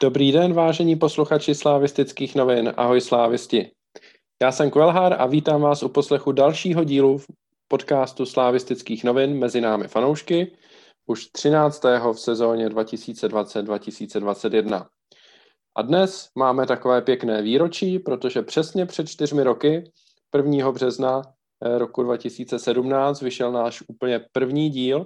Dobrý den, vážení posluchači Slavistických novin. Ahoj Slávisti. Já jsem Kvelhár a vítám vás u poslechu dalšího dílu podcastu Slavistických novin Mezi námi fanoušky, už 13. v sezóně 2020-2021. A dnes máme takové pěkné výročí, protože přesně před 4 roky, 1. března roku 2017, vyšel náš úplně první díl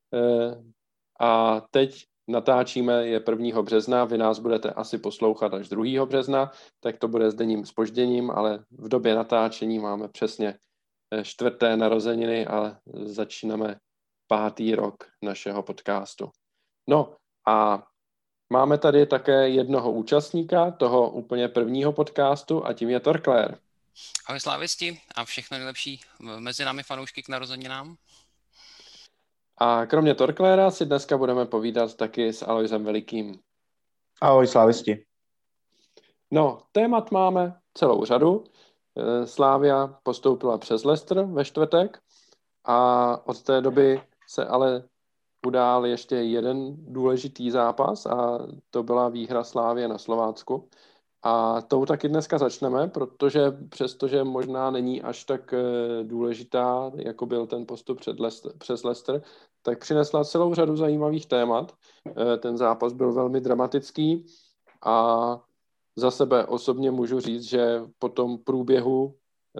a teď natáčíme je 1. března, vy nás budete asi poslouchat až 2. března, tak to bude s denním zpožděním, ale v době natáčení máme přesně 4. narozeniny a začínáme 5. rok našeho podcastu. No a máme tady také jednoho účastníka toho úplně prvního podcastu a tím je Torklér. Ahoj Slávisti a všechno nejlepší mezi námi fanoušky k narozeninám. A kromě Torkléra si dneska budeme povídat taky s Alojzem Velikým. Ahoj Slávisti. No, témat máme celou řadu. Slavia postoupila přes Leicester ve čtvrtek a od té doby se ale udál ještě jeden důležitý zápas a to byla výhra Slavie na Slovácku. A tou taky dneska začneme, protože přestože možná není až tak důležitá, jako byl ten postup přes Leicester, tak přinesla celou řadu zajímavých témat. Ten zápas byl velmi dramatický a za sebe osobně můžu říct, že po tom průběhu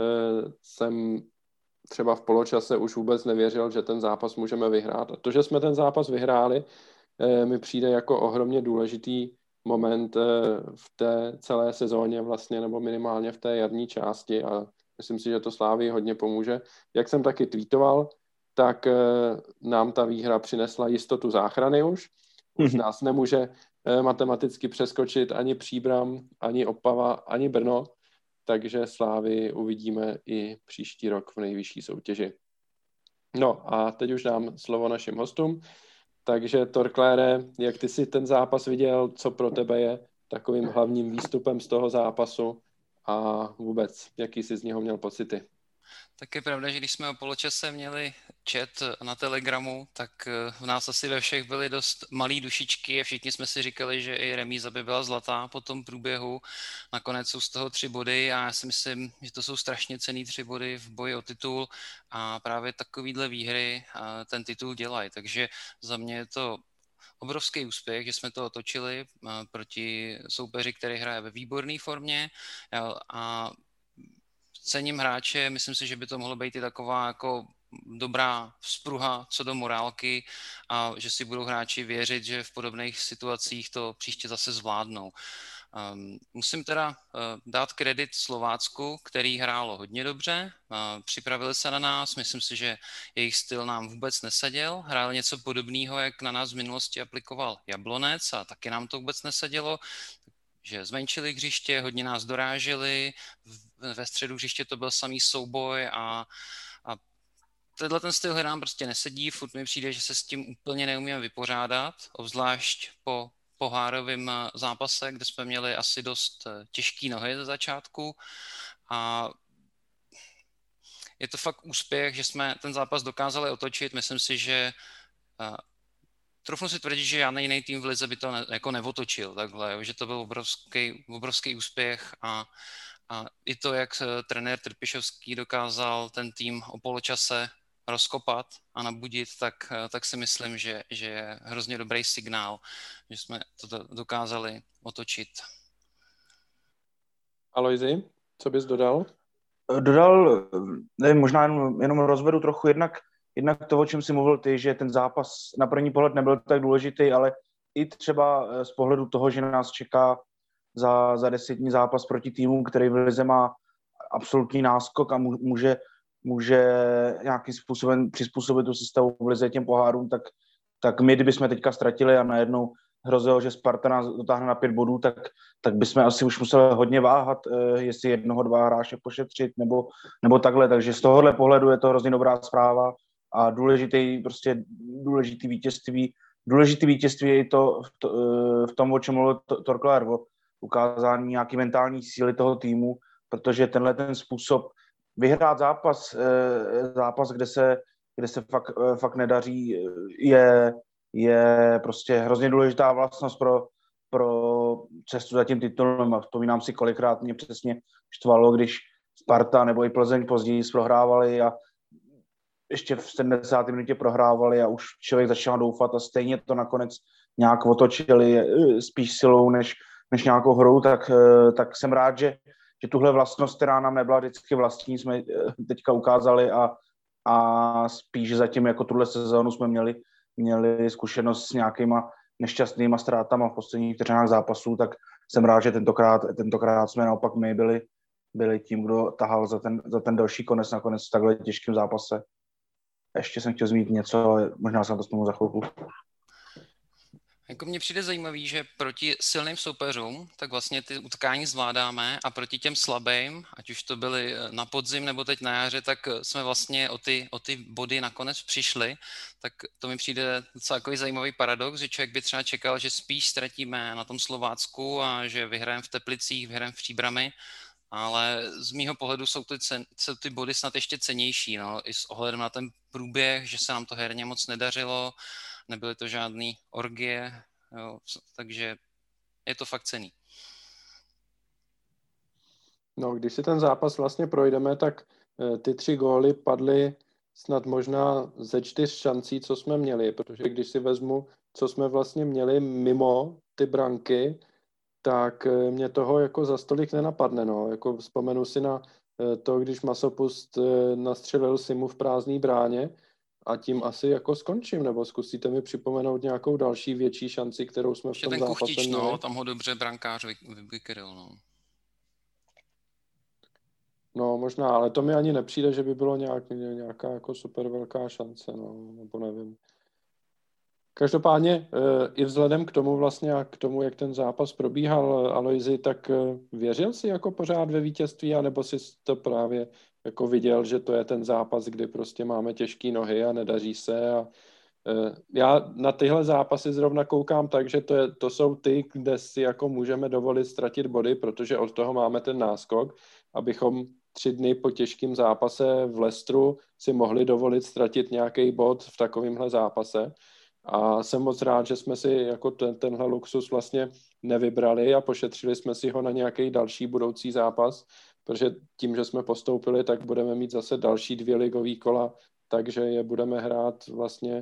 jsem třeba v poločase už vůbec nevěřil, že ten zápas můžeme vyhrát. A to, že jsme ten zápas vyhráli, mi přijde jako ohromně důležitý moment v té celé sezóně vlastně, nebo minimálně v té jarní části a myslím si, že to Slávii hodně pomůže. Jak jsem taky tweetoval, tak nám ta výhra přinesla jistotu záchrany už. Už nás nemůže matematicky přeskočit ani Příbram, ani Opava, ani Brno, takže Slávii uvidíme i příští rok v nejvyšší soutěži. No a teď už dám slovo našim hostům. Takže Torklére, jak ty si ten zápas viděl, co pro tebe je takovým hlavním výstupem z toho zápasu a vůbec, jaký jsi z něho měl pocity? Tak je pravda, že když jsme o poločase měli chat na Telegramu, tak v nás asi ve všech byly dost malý dušičky a všichni jsme si říkali, že i remíza by byla zlatá po tom průběhu. Nakonec jsou z toho 3 body a já si myslím, že to jsou strašně cenný 3 body v boji o titul a právě takovýhle výhry ten titul dělají. Takže za mě je to obrovský úspěch, že jsme to otočili proti soupeři, který hraje ve výborné formě a cením hráče, myslím si, že by to mohlo být i taková jako dobrá vzpruha co do morálky a že si budou hráči věřit, že v podobných situacích to příště zase zvládnou. Musím teda dát kredit Slovácku, který hrálo hodně dobře, připravili se na nás, myslím si, že jejich styl nám vůbec neseděl, hráli něco podobného, jak na nás v minulosti aplikoval Jablonec a taky nám to vůbec nesedělo, že zmenšili hřiště, hodně nás doráželi, ve středu hřiště to byl samý souboj a tenhle ten styl hry nám prostě nesedí, furt mi přijde, že se s tím úplně neumíme vypořádat, obzvlášť po pohárovém zápase, kde jsme měli asi dost těžký nohy ze začátku a je to fakt úspěch, že jsme ten zápas dokázali otočit, myslím si, že troufnu si tvrdit, že žádný jiný tým v lize by to jako neotočil takhle, že to byl obrovský úspěch a i to, jak trenér Trpišovský dokázal ten tým o poločase rozkopat a nabudit, tak si myslím, že je hrozně dobrý signál, že jsme to dokázali otočit. Alojzi, co bys dodal? Dodal, nevím, možná jenom rozvedu trochu jednak to, o čem jsi mluvil ty, že ten zápas na první pohled nebyl tak důležitý, ale i třeba z pohledu toho, že nás čeká za 10 dní zápas proti týmu, který v lize má absolutní náskok a může nějakým způsobem přizpůsobit tu sestavu v lize těm pohárům, tak my, kdybychom teďka ztratili a najednou hrozilo, že Sparta nás dotáhne na 5 bodů, tak bychom asi už museli hodně váhat, jestli 1-2 hráče pošetřit nebo takhle. Takže z tohohle pohledu je to hrozně dobrá zpráva a důležitý vítězství. Důležitý vítězství je i to v tom, o čem mluvil Torklér, o ukázání nějaký mentální síly toho týmu, protože tenhle ten způsob vyhrát zápas, kde se fakt nedaří, je prostě hrozně důležitá vlastnost pro cestu za tím titulem. A vzpomínám si, kolikrát mě přesně štvalo, když Sparta nebo i Plzeň později prohrávali a ještě v 70. minutě prohrávali a už člověk začal doufat a stejně to nakonec nějak otočili spíš silou než nějakou hrou, tak jsem rád, že tuhle vlastnost, která nám nebyla vždycky vlastní, jsme teďka ukázali a spíš zatím jako tuhle sezónu jsme měli zkušenost s nějakýma nešťastnýma ztrátama v posledních vteřinách zápasů, tak jsem rád, že tentokrát jsme naopak my byli tím, kdo tahal za ten další konec nakonec v takhle těžkém zápase. Ještě jsem chtěl zmínit něco, ale možná se na to vzpomenu za chvilku. Jako mně přijde zajímavý, že proti silným soupeřům, tak vlastně ty utkání zvládáme a proti těm slabým, ať už to byly na podzim nebo teď na jaře, tak jsme vlastně o ty body nakonec přišli. Tak to mi přijde docela takový zajímavý paradox, že člověk by třeba čekal, že spíš ztratíme na tom Slovácku a že vyhrajeme v Teplicích, vyhrajeme v Příbrami, ale z mýho pohledu jsou ty body snad ještě cennější, no, i s ohledem na ten průběh, že se nám to herně moc nedařilo, nebyly to žádný orgie, jo, takže je to fakt cenný. No, když si ten zápas vlastně projdeme, tak ty 3 góly padly snad možná ze 4 šancí, co jsme měli, protože když si vezmu, co jsme vlastně měli mimo ty branky, tak mě toho jako za stolik nenapadne. No. Jako vzpomenu si na to, když Masopust nastřelil Simu v prázdné bráně a tím asi jako skončím, nebo zkusíte mi připomenout nějakou další větší šanci, kterou jsme v tom zápase Kuchtič, měli. no, tam ho dobře brankář vykryl, no. No možná, ale to mi ani nepřijde, že by bylo nějaká jako super velká šance, no, nebo nevím. Každopádně i vzhledem k tomu vlastně a k tomu, jak ten zápas probíhal, Alojzi, tak věřil jsi jako pořád ve vítězství, anebo jsi to právě jako viděl, že to je ten zápas, kdy prostě máme těžké nohy a nedaří se a já na tyhle zápasy zrovna koukám tak, že to jsou ty, kde si jako můžeme dovolit ztratit body, protože od toho máme ten náskok, abychom 3 dny po těžkém zápase v Leicesteru si mohli dovolit ztratit nějaký bod v takovémhle zápase. A jsem moc rád, že jsme si jako tenhle luxus vlastně nevybrali a pošetřili jsme si ho na nějaký další budoucí zápas, protože tím, že jsme postoupili, tak budeme mít zase další 2 ligový kola, takže je budeme hrát vlastně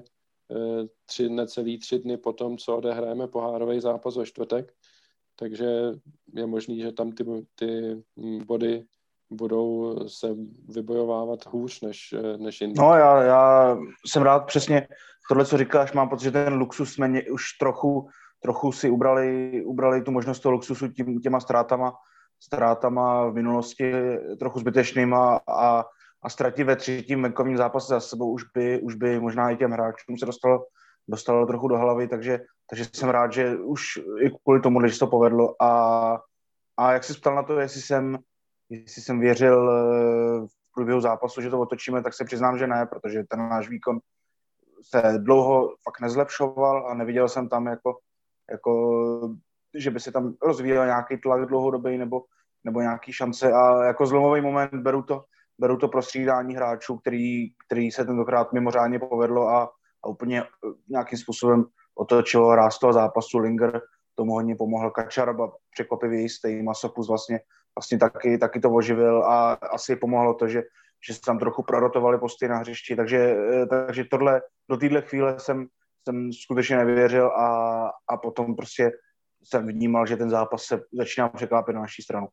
necelý 3 dny po tom, co odehrajeme pohárový zápas ve čtvrtek. Takže je možný, že tam ty body budou se vybojovávat hůř než jinde. No já jsem rád přesně tohle, co říkáš, mám pocit, že ten luxus jsme už trochu si ubrali tu možnost toho luxusu těma ztrátama v minulosti trochu zbytečnýma a ztratit ve 3. venkovním zápase za sebou už by možná i těm hráčům se dostalo trochu do hlavy, takže jsem rád, že už i kvůli tomu, že se to povedlo a jak jsi ptal na to, jestli jsem věřil v průběhu zápasu, že to otočíme, tak se přiznám, že ne, protože ten náš výkon se dlouho fakt nezlepšoval a neviděl jsem tam jako že by se tam rozvíjel nějaký tlak dlouhodobý nebo nějaký šance a jako zlomový moment beru to prostřídání hráčů, který se tentokrát mimořádně povedlo a úplně nějakým způsobem otočilo ráz toho zápasu. Linger tomu hodně pomohl, Kačaraba překvapivě jistý, Masopust vlastně taky to oživil a asi pomohlo to, že se tam trochu prorotovali posty na hřišti, takže do téhle chvíle jsem skutečně nevěřil a potom prostě jsem vnímal, že ten zápas se začíná překlápět na naší stranu.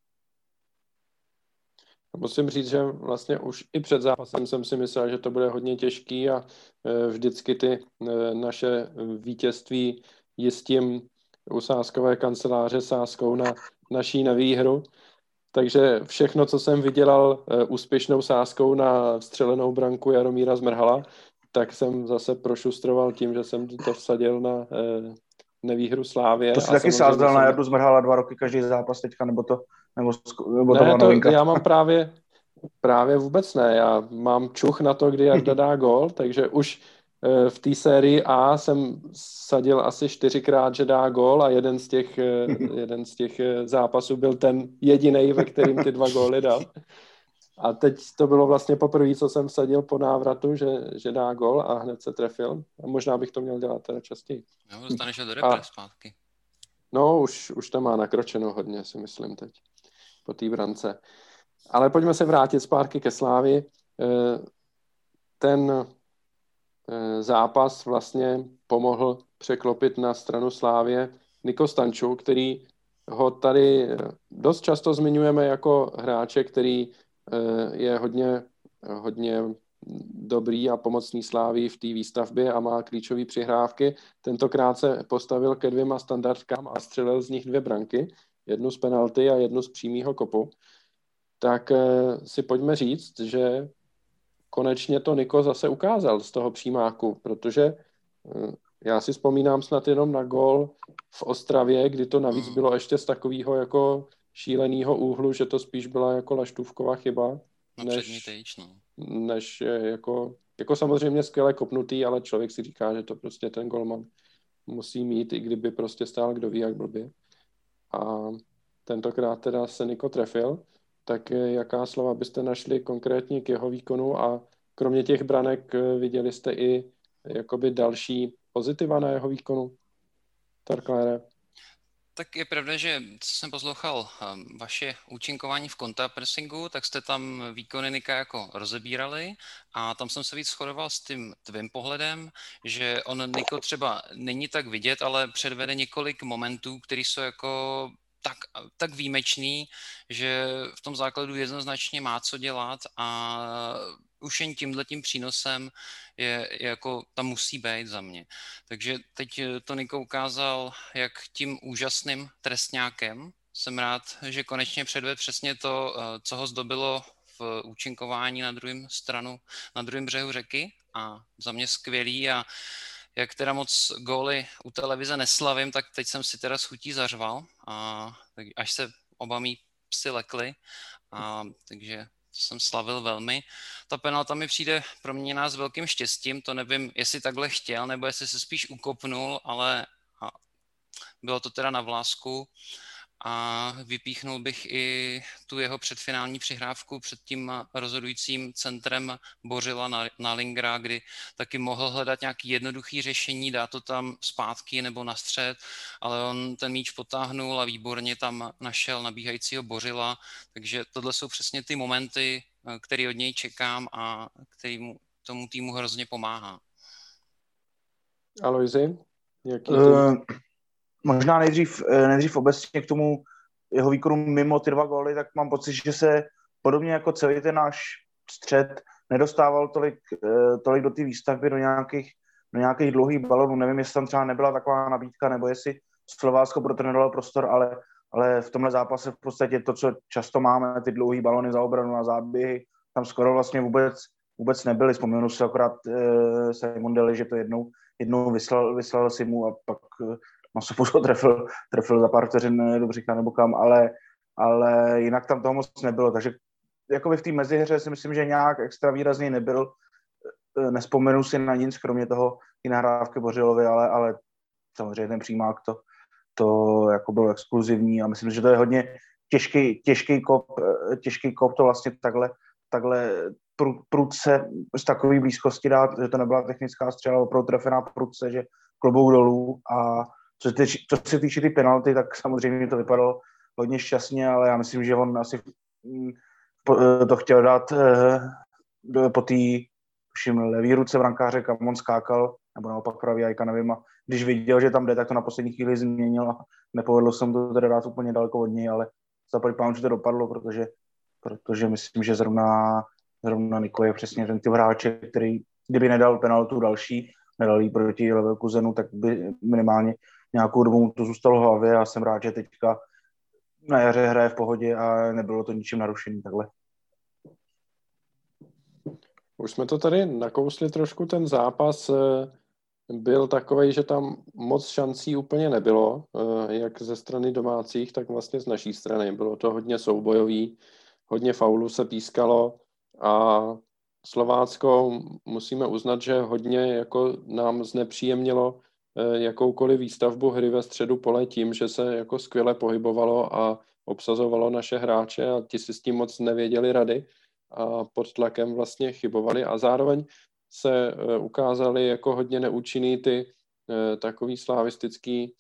Musím říct, že vlastně už i před zápasem jsem si myslel, že to bude hodně těžký a vždycky ty naše vítězství jistím u sáskové kanceláře sázkou na naší nevýhru. Takže všechno, co jsem vydělal úspěšnou sázkou na vstřelenou branku Jaromíra Zmrhala, tak jsem zase prošustroval tím, že jsem to vsadil na nevýhru Slávě. To jsi taky sázel na Jardu Zmrhala 2 roky každý zápas teďka, nebo to ne, to já mám právě vůbec ne. Já mám čuch na to, kdy Jarda dá gól, takže už v té sérii A jsem sadil asi 4krát, že dá gól a jeden z těch zápasů byl ten jedinej, ve kterým ty 2 góly dal. A teď to bylo vlastně poprvé, co jsem vsadil po návratu, že dá gól a hned se trefil. A možná bych to měl dělat teda častěji. Jo, dostaneš ho do repre zpátky. No, už tam má nakročeno hodně, si myslím teď, po té brance. Ale pojďme se vrátit zpátky ke Slávii. Ten zápas vlastně pomohl překlopit na stranu Slávie Niko Stanču, který ho tady dost často zmiňujeme jako hráče, který je hodně dobrý a pomocný Slávii v té výstavbě a má klíčové přihrávky. Tentokrát se postavil ke 2 standardkám a střelil z nich 2 branky, jednu z penalty a jednu z přímého kopu. Tak si pojďme říct, že konečně to Niko zase ukázal z toho přímáku, protože já si vzpomínám snad jenom na gól v Ostravě, kdy to navíc bylo ještě z takového jako šíleného úhlu, že to spíš byla jako laštůvková chyba, než jako samozřejmě skvěle kopnutý, ale člověk si říká, že to prostě ten golman musí mít, i kdyby prostě stál kdo ví jak blbě. A tentokrát teda se Niko trefil. Tak jaká slova byste našli konkrétně k jeho výkonu a kromě těch branek viděli jste i jakoby další pozitiva na jeho výkonu? Tarklére. Tak je pravda, že jsem poslouchal vaše účinkování v kontrapressingu, tak jste tam výkony Nika jako rozebírali a tam jsem se víc shodoval s tím tvým pohledem, že on Niko třeba není tak vidět, ale předvede několik momentů, které jsou jako tak výjimečný, že v tom základu jednoznačně má co dělat a už jen tímhletím přínosem je jako tam musí být za mě. Takže teď to Niko ukázal, jak tím úžasným trestňákem. Jsem rád, že konečně předvedl přesně to, co ho zdobilo v účinkování na druhém břehu řeky a za mě skvělý a jak teda moc góly u televize neslavím, tak teď jsem si teda s chutí zařval, až se oba mý psy lekli, takže jsem slavil velmi. Ta penalta mi přijde pro mě nás velkým štěstím, to nevím, jestli takhle chtěl, nebo jestli se spíš ukopnul, ale bylo to teda na vlásku. A vypíchnul bych i tu jeho předfinální přihrávku před tím rozhodujícím centrem Bořila na Lingra, kdy taky mohl hledat nějaké jednoduché řešení, dát to tam zpátky nebo na střed, ale on ten míč potáhnul a výborně tam našel nabíhajícího Bořila, takže tohle jsou přesně ty momenty, které od něj čekám a který tomu týmu hrozně pomáhá. Alojzi, jaký tým? Možná nejdřív obecně k tomu jeho výkonu mimo ty 2 góly, tak mám pocit, že se podobně jako celý ten náš střed nedostával tolik do té výstavby, do nějakých dlouhých balonů. Nevím, jestli tam třeba nebyla taková nabídka, nebo jestli Slovácko proto nedalo prostor, ale v tomhle zápase v podstatě to, co často máme, ty dlouhý balony za obranu a záběhy, tam skoro vlastně vůbec nebyly. Vzpomenu si akorát Simon Daly, že to jednou vyslal Simu a pak Masopusho trefil za pár vteřin do břicha nebo kam, ale jinak tam toho moc nebylo, takže jakoby v té mezihře si myslím, že nějak extra výrazně nebyl, nespomenu si na nic, kromě toho i nahrávky Bořilovi, ale samozřejmě ten přímák to jako bylo exkluzivní a myslím, že to je hodně těžký kop to vlastně takhle prudce z takové blízkosti dát, že to nebyla technická střela, opravdu trefená prudce, že klobouk dolů a co se týče ty penalty, tak samozřejmě to vypadalo hodně šťastně, ale já myslím, že on asi to chtěl dát po té levý ruce brankáře, kam on skákal, nebo naopak pravý, jajka, nevím, a když viděl, že tam jde, tak to na poslední chvíli změnil a nepovedlo se mu to teda dát úplně daleko od něj, ale zaplať pánu, že to dopadlo, protože myslím, že zrovna Niko je přesně ten typ hráče, který kdyby nedal penaltu další, nedal jí proti Leverkusenu, tak by minimálně nějakou dobu mu to zůstalo v hlavě a jsem rád, že teďka na jaře hraje v pohodě a nebylo to ničím narušený takhle. Už jsme to tady nakousli trošku, ten zápas byl takovej, že tam moc šancí úplně nebylo, jak ze strany domácích, tak vlastně z naší strany. Bylo to hodně soubojový, hodně faulů se pískalo a Slovácko musíme uznat, že hodně jako nám znepříjemnilo jakoukoliv výstavbu hry ve středu pole tím, že se jako skvěle pohybovalo a obsazovalo naše hráče a ti si s tím moc nevěděli rady a pod tlakem vlastně chybovali a zároveň se ukázali jako hodně neúčinný ty takový slavistický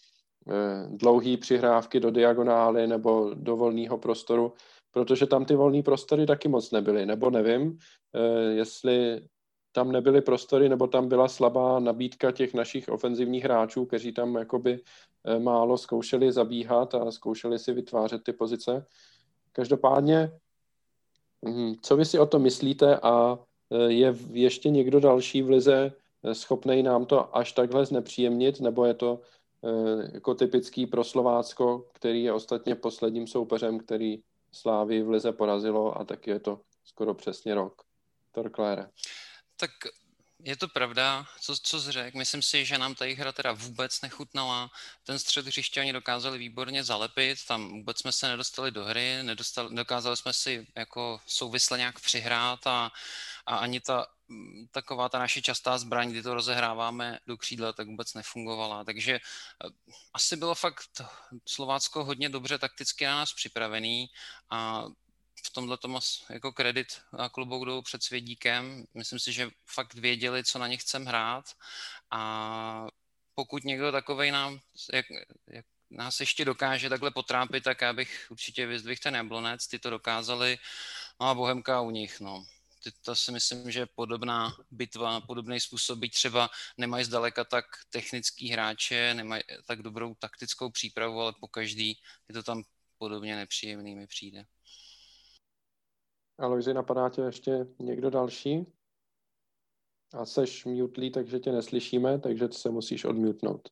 dlouhé přihrávky do diagonály nebo do volného prostoru, protože tam ty volné prostory taky moc nebyly, nebo nevím, jestli tam nebyly prostory, nebo tam byla slabá nabídka těch našich ofenzivních hráčů, kteří tam jakoby málo zkoušeli zabíhat a zkoušeli si vytvářet ty pozice. Každopádně, co vy si o tom myslíte a je ještě někdo další v lize schopnej nám to až takhle znepříjemnit, nebo je to jako typický pro Slovácko, který je ostatně posledním soupeřem, který Slávii v lize porazilo a taky je to skoro přesně rok. Torklére. Tak je to pravda, co jsi řekl. Myslím si, že nám ta hra teda vůbec nechutnala. Ten střed hřiště oni dokázali výborně zalepit, tam vůbec jsme se nedostali do hry, dokázali jsme si jako souvisle nějak přihrát a ani taková ta naše častá zbraň, kdy to rozehráváme do křídla, tak vůbec nefungovala. Takže asi bylo fakt Slovácko hodně dobře takticky na nás připravený a v tomhle tomu jako kredit a klobouk dolů před Svědíkem. Myslím si, že fakt věděli, co na ně chcem hrát a pokud někdo takovej jak nás ještě dokáže takhle potrápit, tak já bych určitě vyzdvihl ten Jablonec, ty to dokázali, no a Bohemka u nich, no. To si myslím, že je podobná bitva na podobný způsob, byť třeba nemají zdaleka tak technický hráče, nemají tak dobrou taktickou přípravu, ale pokaždý je to tam podobně nepříjemný, mi přijde. Alojzi, napadá tě ještě někdo další? A seš mutlý, takže tě neslyšíme, takže se musíš odmutnout.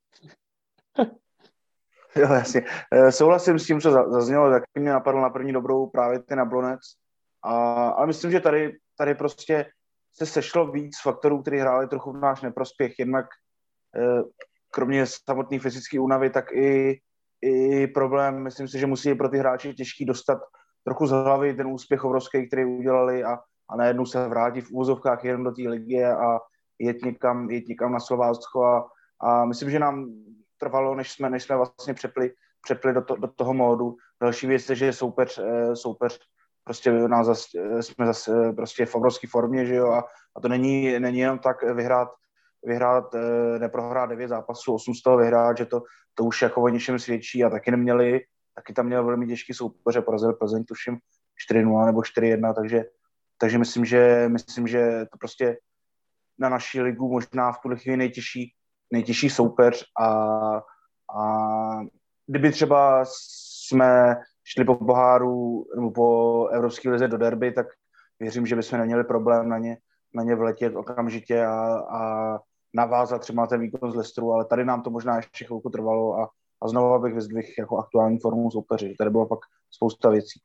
Jo, jasně. Souhlasím s tím, co zaznělo, taky mě napadl na první dobrou právě ten Jablonec. Ale myslím, že tady prostě se sešlo víc faktorů, který hráli trochu v náš neprospěch. Jednak kromě samotné fyzické únavy, tak i problém, myslím si, že musí pro ty hráči těžký dostat trochu z hlavy ten úspěch obrovský, který udělali a najednou se vrátit v úzovkách jenom do té ligy a jet někam na Slovácko a myslím, že nám trvalo, než jsme vlastně přepli do toho módu. Další věc je, že soupeř prostě jsme zase prostě v obrovské formě, že jo, a to není jenom tak vyhrát, neprohrát 9 zápasů, 8 z toho vyhrát, že to už jako o něčem svědčí a taky tam měl velmi těžký soupeře, porazil Plzeň, tuším 4-0 nebo 4-1, takže myslím, že to prostě na naší ligu možná v tuhle chvíli nejtěžší soupeř a kdyby třeba jsme šli po poháru nebo po evropské lize do derby, tak věřím, že bychom neměli problém na ně vletět okamžitě a navázat třeba ten výkon z Leicesteru, ale tady nám to možná ještě chvilku trvalo a znovu bych vyzdvihl jako aktuální formu soupeři. Tady bylo pak spousta věcí.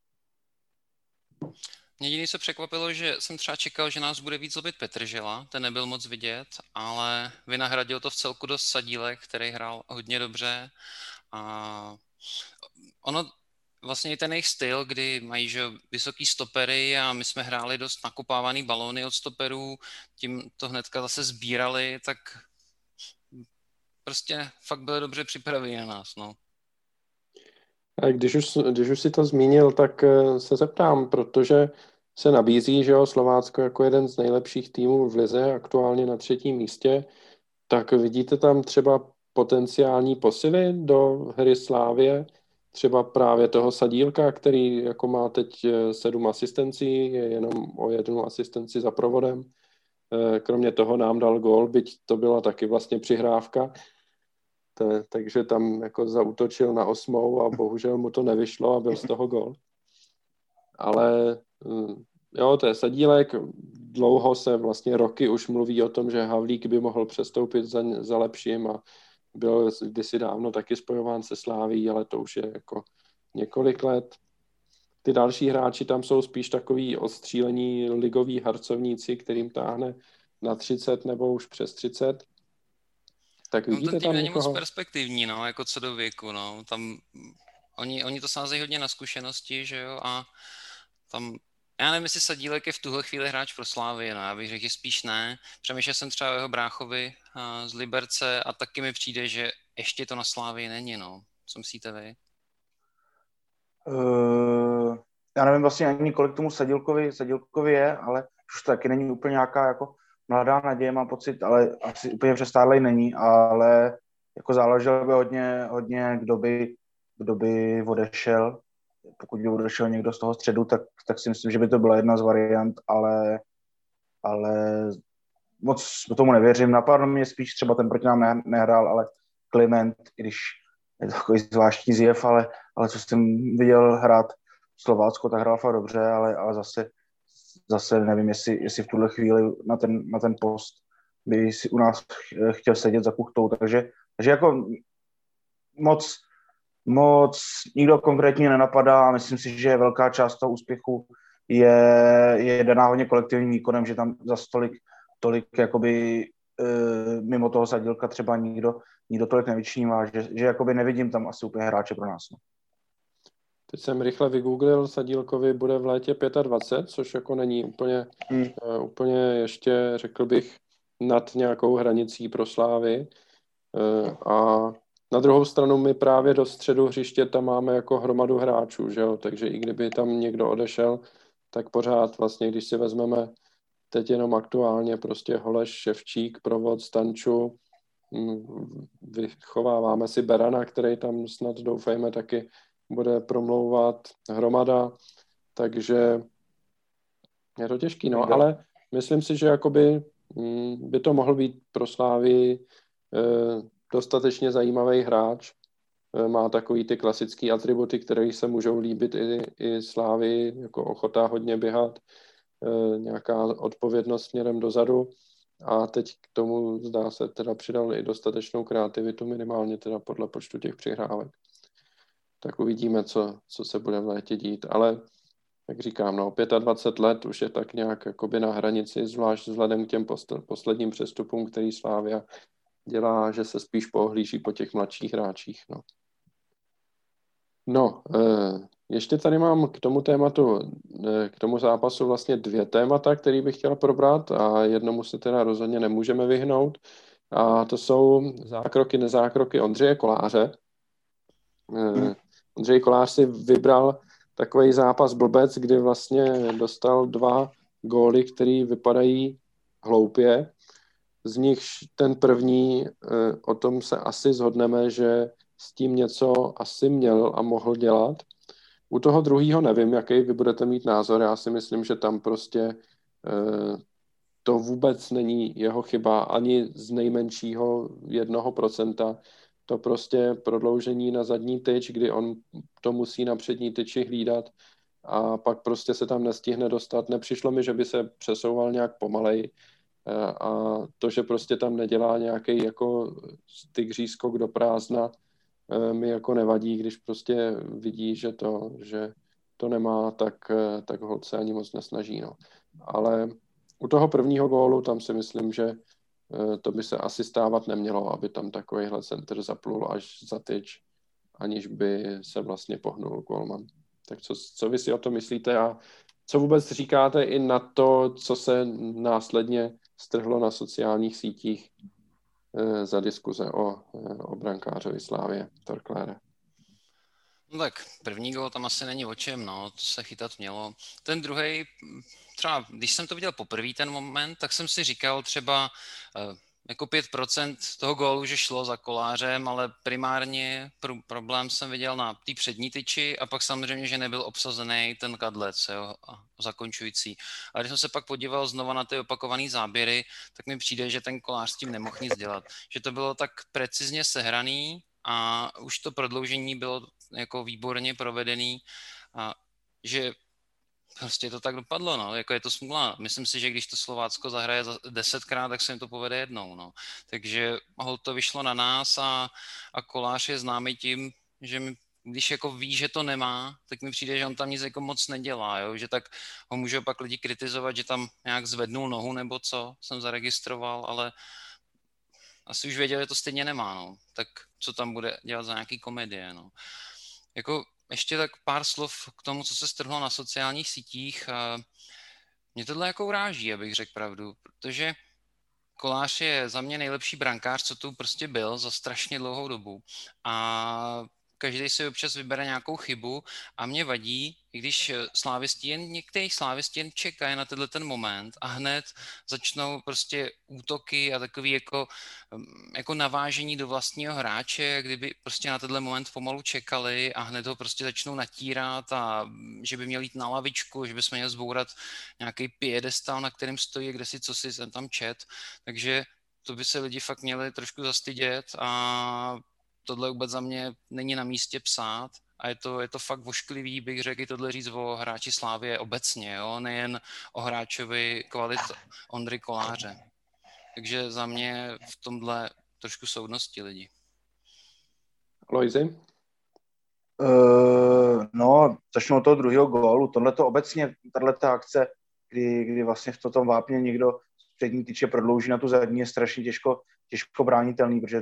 Mě jediný se překvapilo, že jsem třeba čekal, že nás bude víc lobit Petržela, ten nebyl moc vidět, ale vynahradil to v celku dost Sadílek, který hrál hodně dobře a ono vlastně i ten jejich styl, kdy mají že vysoký stopery a my jsme hráli dost nakopávaný balóny od stoperů, tím to hnedka zase sbírali, tak prostě fakt byli dobře připraveni na nás, no. A když už si to zmínil, tak se zeptám, protože se nabízí, že jo, Slovácko jako jeden z nejlepších týmů v lize, aktuálně na 3. místě, tak vidíte tam třeba potenciální posily do hry Slávie, třeba právě toho Sadílka, který jako má teď 7 asistencí, je jenom o 1 asistenci za provodem. Kromě toho nám dal gól, byť to byla taky vlastně přihrávka. Takže tam jako zaútočil na 8 a bohužel mu to nevyšlo a byl z toho gól. Ale jo, to je Sadílek. Dlouho se vlastně roky už mluví o tom, že Havlík by mohl přestoupit za lepším a byl kdysi dávno taky spojován se Sláví, ale to už je jako několik let. Ty další hráči tam jsou spíš takový odstřílení ligoví harcovníci, kterým táhne na 30 nebo už přes 30. Tak vidíte ten tým tam není někoho? moc perspektivní, no, jako co do věku, no. Tam oni to sázejí hodně na zkušenosti, že jo, a tam, já nevím, jestli Sadílek je v tuhle chvíli hráč pro Slávii, no, já bych řekl, že spíš ne. Přemýšlel jsem třeba o jeho bráchovi z Liberce a taky mi přijde, že ještě to na Slávii není, no. Co myslíte vy? Já nevím vlastně ani kolik tomu Sadílkovi je, ale už to taky není úplně nějaká jako mladá naděje, mám pocit, ale asi úplně přestárlej není, ale jako záleželo by hodně kdo by odešel. Pokud by odešel někdo z toho středu, tak si myslím, že by to byla jedna z variant, ale moc tomu nevěřím. Napadlo mě spíš třeba ten proti nám nehrál, ale Kliment, i když je to takový zvláštní zjev, ale co jsem viděl hrát Slovácko, tak hrál fakt dobře, ale zase nevím, jestli v tuhle chvíli na ten post by si u nás chtěl sedět za kuchtou, takže jako moc nikdo konkrétně nenapadá a myslím si, že velká část toho úspěchu je daná hodně kolektivním výkonem, že tam za tolik jakoby mimo toho Sadílka třeba nikdo tolik nevyčnívá, že jakoby nevidím tam asi úplně hráče pro nás. No. Teď jsem rychle vygooglil, Sadílkovi bude v létě 25, což jako není úplně ještě, řekl bych, nad nějakou hranicí pro Slávy. A na druhou stranu my právě do středu hřiště tam máme jako hromadu hráčů, že jo? Takže i kdyby tam někdo odešel, tak pořád vlastně, když si vezmeme teď jenom aktuálně prostě Holeš, Ševčík, Provod, Stanču, vychováváme si Berana, který tam snad doufejme taky bude promlouvat, Hromada, takže je to těžký, no, ale myslím si, že jakoby by to mohl být pro Slávy dostatečně zajímavý hráč, má takový ty klasický atributy, které se můžou líbit i Slávy, jako ochota hodně běhat, nějaká odpovědnost směrem dozadu a teď k tomu zdá se teda přidal i dostatečnou kreativitu, minimálně teda podle počtu těch přihrávek. Tak uvidíme, co se bude v létě dít, ale jak říkám, no, 25 let už je tak nějak jakoby na hranici, zvlášť vzhledem k těm posledním přestupům, který Slavia dělá, že se spíš pohlíží po těch mladších hráčích. No, ještě tady mám k tomu tématu, k tomu zápasu vlastně 2 témata, který bych chtěl probrat a jednomu se teda rozhodně nemůžeme vyhnout a to jsou zákroky, nezákroky Ondřeje Koláře. Ondřej Kolář si vybral takový zápas blbec, kdy vlastně dostal 2 góly, které vypadají hloupě. Z nich ten první, o tom se asi shodneme, že s tím něco asi měl a mohl dělat. U toho druhého nevím, jaký vy budete mít názor. Já si myslím, že tam prostě to vůbec není jeho chyba ani z nejmenšího 1%. To prostě prodloužení na zadní tyč, kdy on to musí na přední tyči hlídat a pak prostě se tam nestihne dostat. Nepřišlo mi, že by se přesouval nějak pomalej a to, že prostě tam nedělá nějaký jako tygří skok do prázdna, mi jako nevadí, když prostě vidí, že to nemá, tak holt se ani moc nesnaží. No. Ale u toho prvního gólu tam si myslím, že to by se asi stávat nemělo, aby tam takovýhle center zaplul až za tyč, aniž by se vlastně pohnul golman. Tak co vy si o tom myslíte a co vůbec říkáte i na to, co se následně strhlo na sociálních sítích za diskuze o brankářovi Slávie Torklére? No tak první gól tam asi není o čem, no, to se chytat mělo. Ten druhej, třeba když jsem to viděl poprvé ten moment, tak jsem si říkal třeba jako 5% toho gólu, že šlo za Kolářem, ale primárně problém jsem viděl na té přední tyči a pak samozřejmě, že nebyl obsazený ten kadlec, jo, zakončující. A když jsem se pak podíval znova na ty opakované záběry, tak mi přijde, že ten Kolář s tím nemohl nic dělat. Že to bylo tak precizně sehraný a už to prodloužení bylo jako výborně provedený a že prostě to tak dopadlo, no, jako je to smůla. Myslím si, že když to Slovácko zahraje 10krát, tak se jim to povede jednou, no. Takže to vyšlo na nás a Kolář je známý tím, že když jako ví, že to nemá, tak mi přijde, že on tam nic jako moc nedělá, jo? Že tak ho můžou pak lidi kritizovat, že tam nějak zvednul nohu nebo co, jsem zaregistroval, ale asi už věděl, že to stejně nemá, no. Tak co tam bude dělat za nějaký komedie, no. Jako ještě tak pár slov k tomu, co se strhlo na sociálních sítích. Mě tohle jako uráží, abych řekl pravdu, protože Kolář je za mě nejlepší brankář, co tu prostě byl za strašně dlouhou dobu. A každý si občas vybere nějakou chybu a mě vadí, i když některý slávisti jen čekají na ten moment a hned začnou prostě útoky a takový jako navážení do vlastního hráče, jak kdyby prostě na tenhle moment pomalu čekali a hned ho prostě začnou natírat a že by měl jít na lavičku, že bychom měli zbourat nějaký piedestal, na kterém stojí, kde si co si jsem tam čet, takže to by se lidi fakt měli trošku zastydět a tohle vůbec za mě není na místě psát a je to fakt vošklivý, bych řekl, i tohle říct o hráči Slávie obecně, jo? Nejen o hráčovi kvalit Ondry Koláře. Takže za mě v tomhle trošku soudnosti lidi. Lojzi? No, začnu od toho druhého gólu. Tohleto obecně, tato akce, kdy vlastně v tom vápně někdo z přední tyče prodlouží na tu zadní, je strašně těžko bránitelný, protože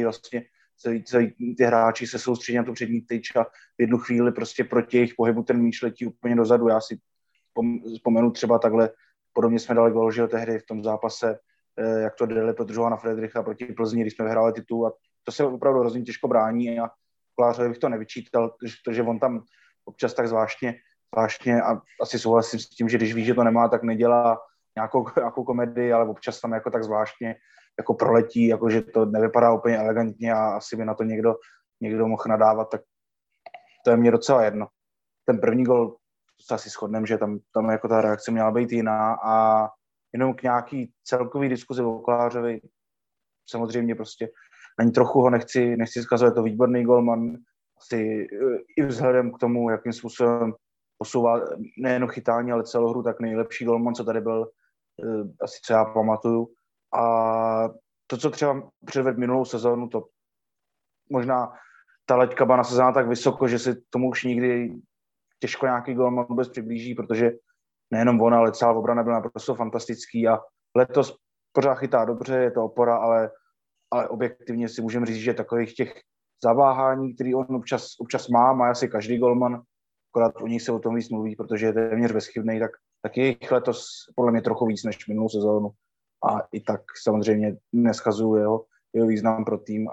celý ty hráči se soustředí na tu přední tyč a v jednu chvíli prostě proti jejich pohybu ten míč letí úplně dozadu. Já si vzpomenu třeba takhle, podobně jsme dali gól, že tehdy v tom zápase, jak to dali pro Johana Friedricha proti Plzni, když jsme vyhráli titul, a to se opravdu hrozně těžko brání a Kolářovi bych to nevyčítal, protože on tam občas tak zvláštně a asi souhlasím s tím, že když ví, že to nemá, tak nedělá nějakou komedii, ale občas tam jako tak zvláštně jako proletí, jako že to nevypadá úplně elegantně a asi by na to někdo mohl nadávat, tak to je mě docela jedno. Ten první gol, to se asi shodneme, že tam jako ta reakce měla být jiná a jenom k nějaký celkový diskuzi o Kolářovi, samozřejmě prostě ani trochu ho nechci zkazovat, je to výborný golman, asi i vzhledem k tomu, jakým způsobem posouvá nejen chytání, ale celou hru, tak nejlepší golman, co tady byl, asi co já pamatuju. A to, co třeba předvedl minulou sezónu, to možná ta laťka byla nasazená tak vysoko, že si tomu už nikdy těžko nějaký golman vůbec přiblíží, protože nejenom on, ale celá obrana byla naprosto fantastický a letos pořád chytá dobře, je to opora, ale objektivně si můžeme říct, že takových těch zaváhání, který on občas má asi každý golman, akorát u nich se o tom víc mluví, protože je téměř bezchybný, tak je jich letos podle mě trochu víc než minulou sezónu. A i tak samozřejmě neschazuju jeho význam pro tým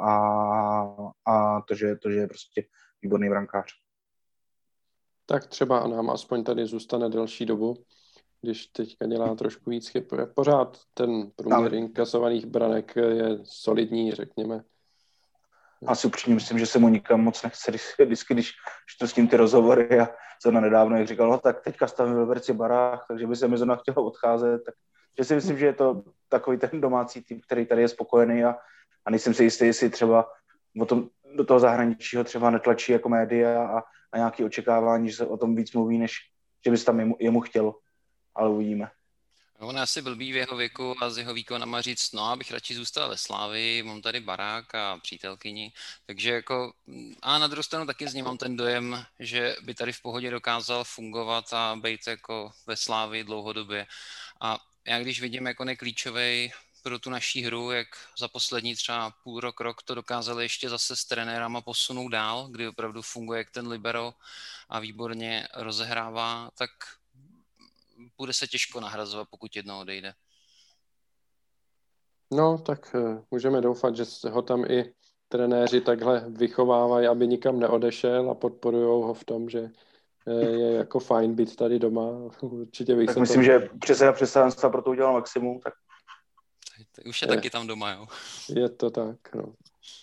a to, že je prostě výborný brankář. Tak třeba nám aspoň tady zůstane delší dobu, když teďka dělá trošku víc chyb. Pořád ten průměr inkasovaných branek je solidní, řekněme. Asi upřímně myslím, že se mu nikam moc nechce, když to s tím ty rozhovory a zrovna nedávno, jak říkal, no tak teďka stavím v Liberci barách, takže by se mi zrovna chtělo odcházet, takže si myslím, že je to takový ten domácí tým, který tady je spokojený a nejsem si jistý, jestli třeba do toho zahraničí ho třeba netlačí jako média a nějaké očekávání, že se o tom víc mluví, než že by se tam jemu chtělo, ale uvidíme. On je asi blbý v jeho věku a z jeho výkonama říct, no, abych radši zůstal ve Slávii, mám tady barák a přítelkyni, takže jako, a na druhou stranu taky z něj mám ten dojem, že by tady v pohodě dokázal fungovat a být jako ve Slávii dlouhodobě. A já když vidím, jak on je klíčovej pro tu naší hru, jak za poslední třeba rok to dokázali ještě zase s trenérama posunout dál, kdy opravdu funguje jak ten libero a výborně rozehrává, tak bude se těžko nahrazovat, pokud jednou odejde. No, tak můžeme doufat, že se ho tam i trenéři takhle vychovávají, aby nikam neodešel a podporujou ho v tom, že je jako fajn být tady doma. Určitě bych tak se myslím, že předseda představenstva pro to udělal maximum. Tak už je taky tam doma, jo. Je to tak, no.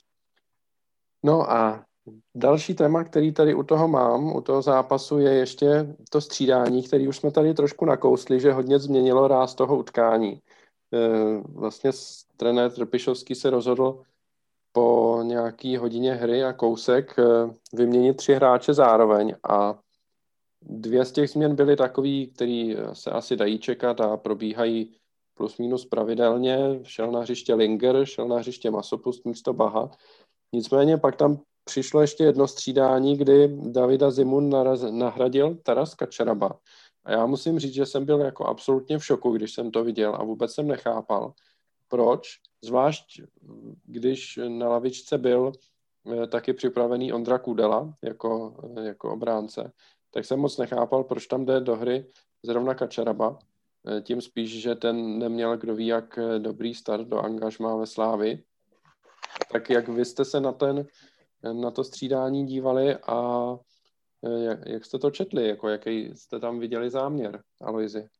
No a další téma, který tady u toho zápasu, je ještě to střídání, který už jsme tady trošku nakousli, že hodně změnilo ráz toho utkání. Vlastně trenér Trpišovský se rozhodl po nějaký hodině hry a kousek vyměnit 3 hráče zároveň a 2 z těch změn byly takový, který se asi dají čekat a probíhají plus minus pravidelně. Šel na hřiště Linger, šel na hřiště Masopust místo Baha. Nicméně pak tam přišlo ještě jedno střídání, kdy Davida Zimun nahradil Taras Kačaraba. A já musím říct, že jsem byl jako absolutně v šoku, když jsem to viděl a vůbec jsem nechápal, proč, zvlášť když na lavičce byl taky připravený Ondra Kudela jako obránce, tak jsem moc nechápal, proč tam jde do hry zrovna Kačaraba. Tím spíš, že ten neměl kdo ví jak dobrý start do angažmá ve Slávii. Tak jak vy jste se na ten na to střídání dívali a jak jste to četli, jako jaký jste tam viděli záměr, Alojzi?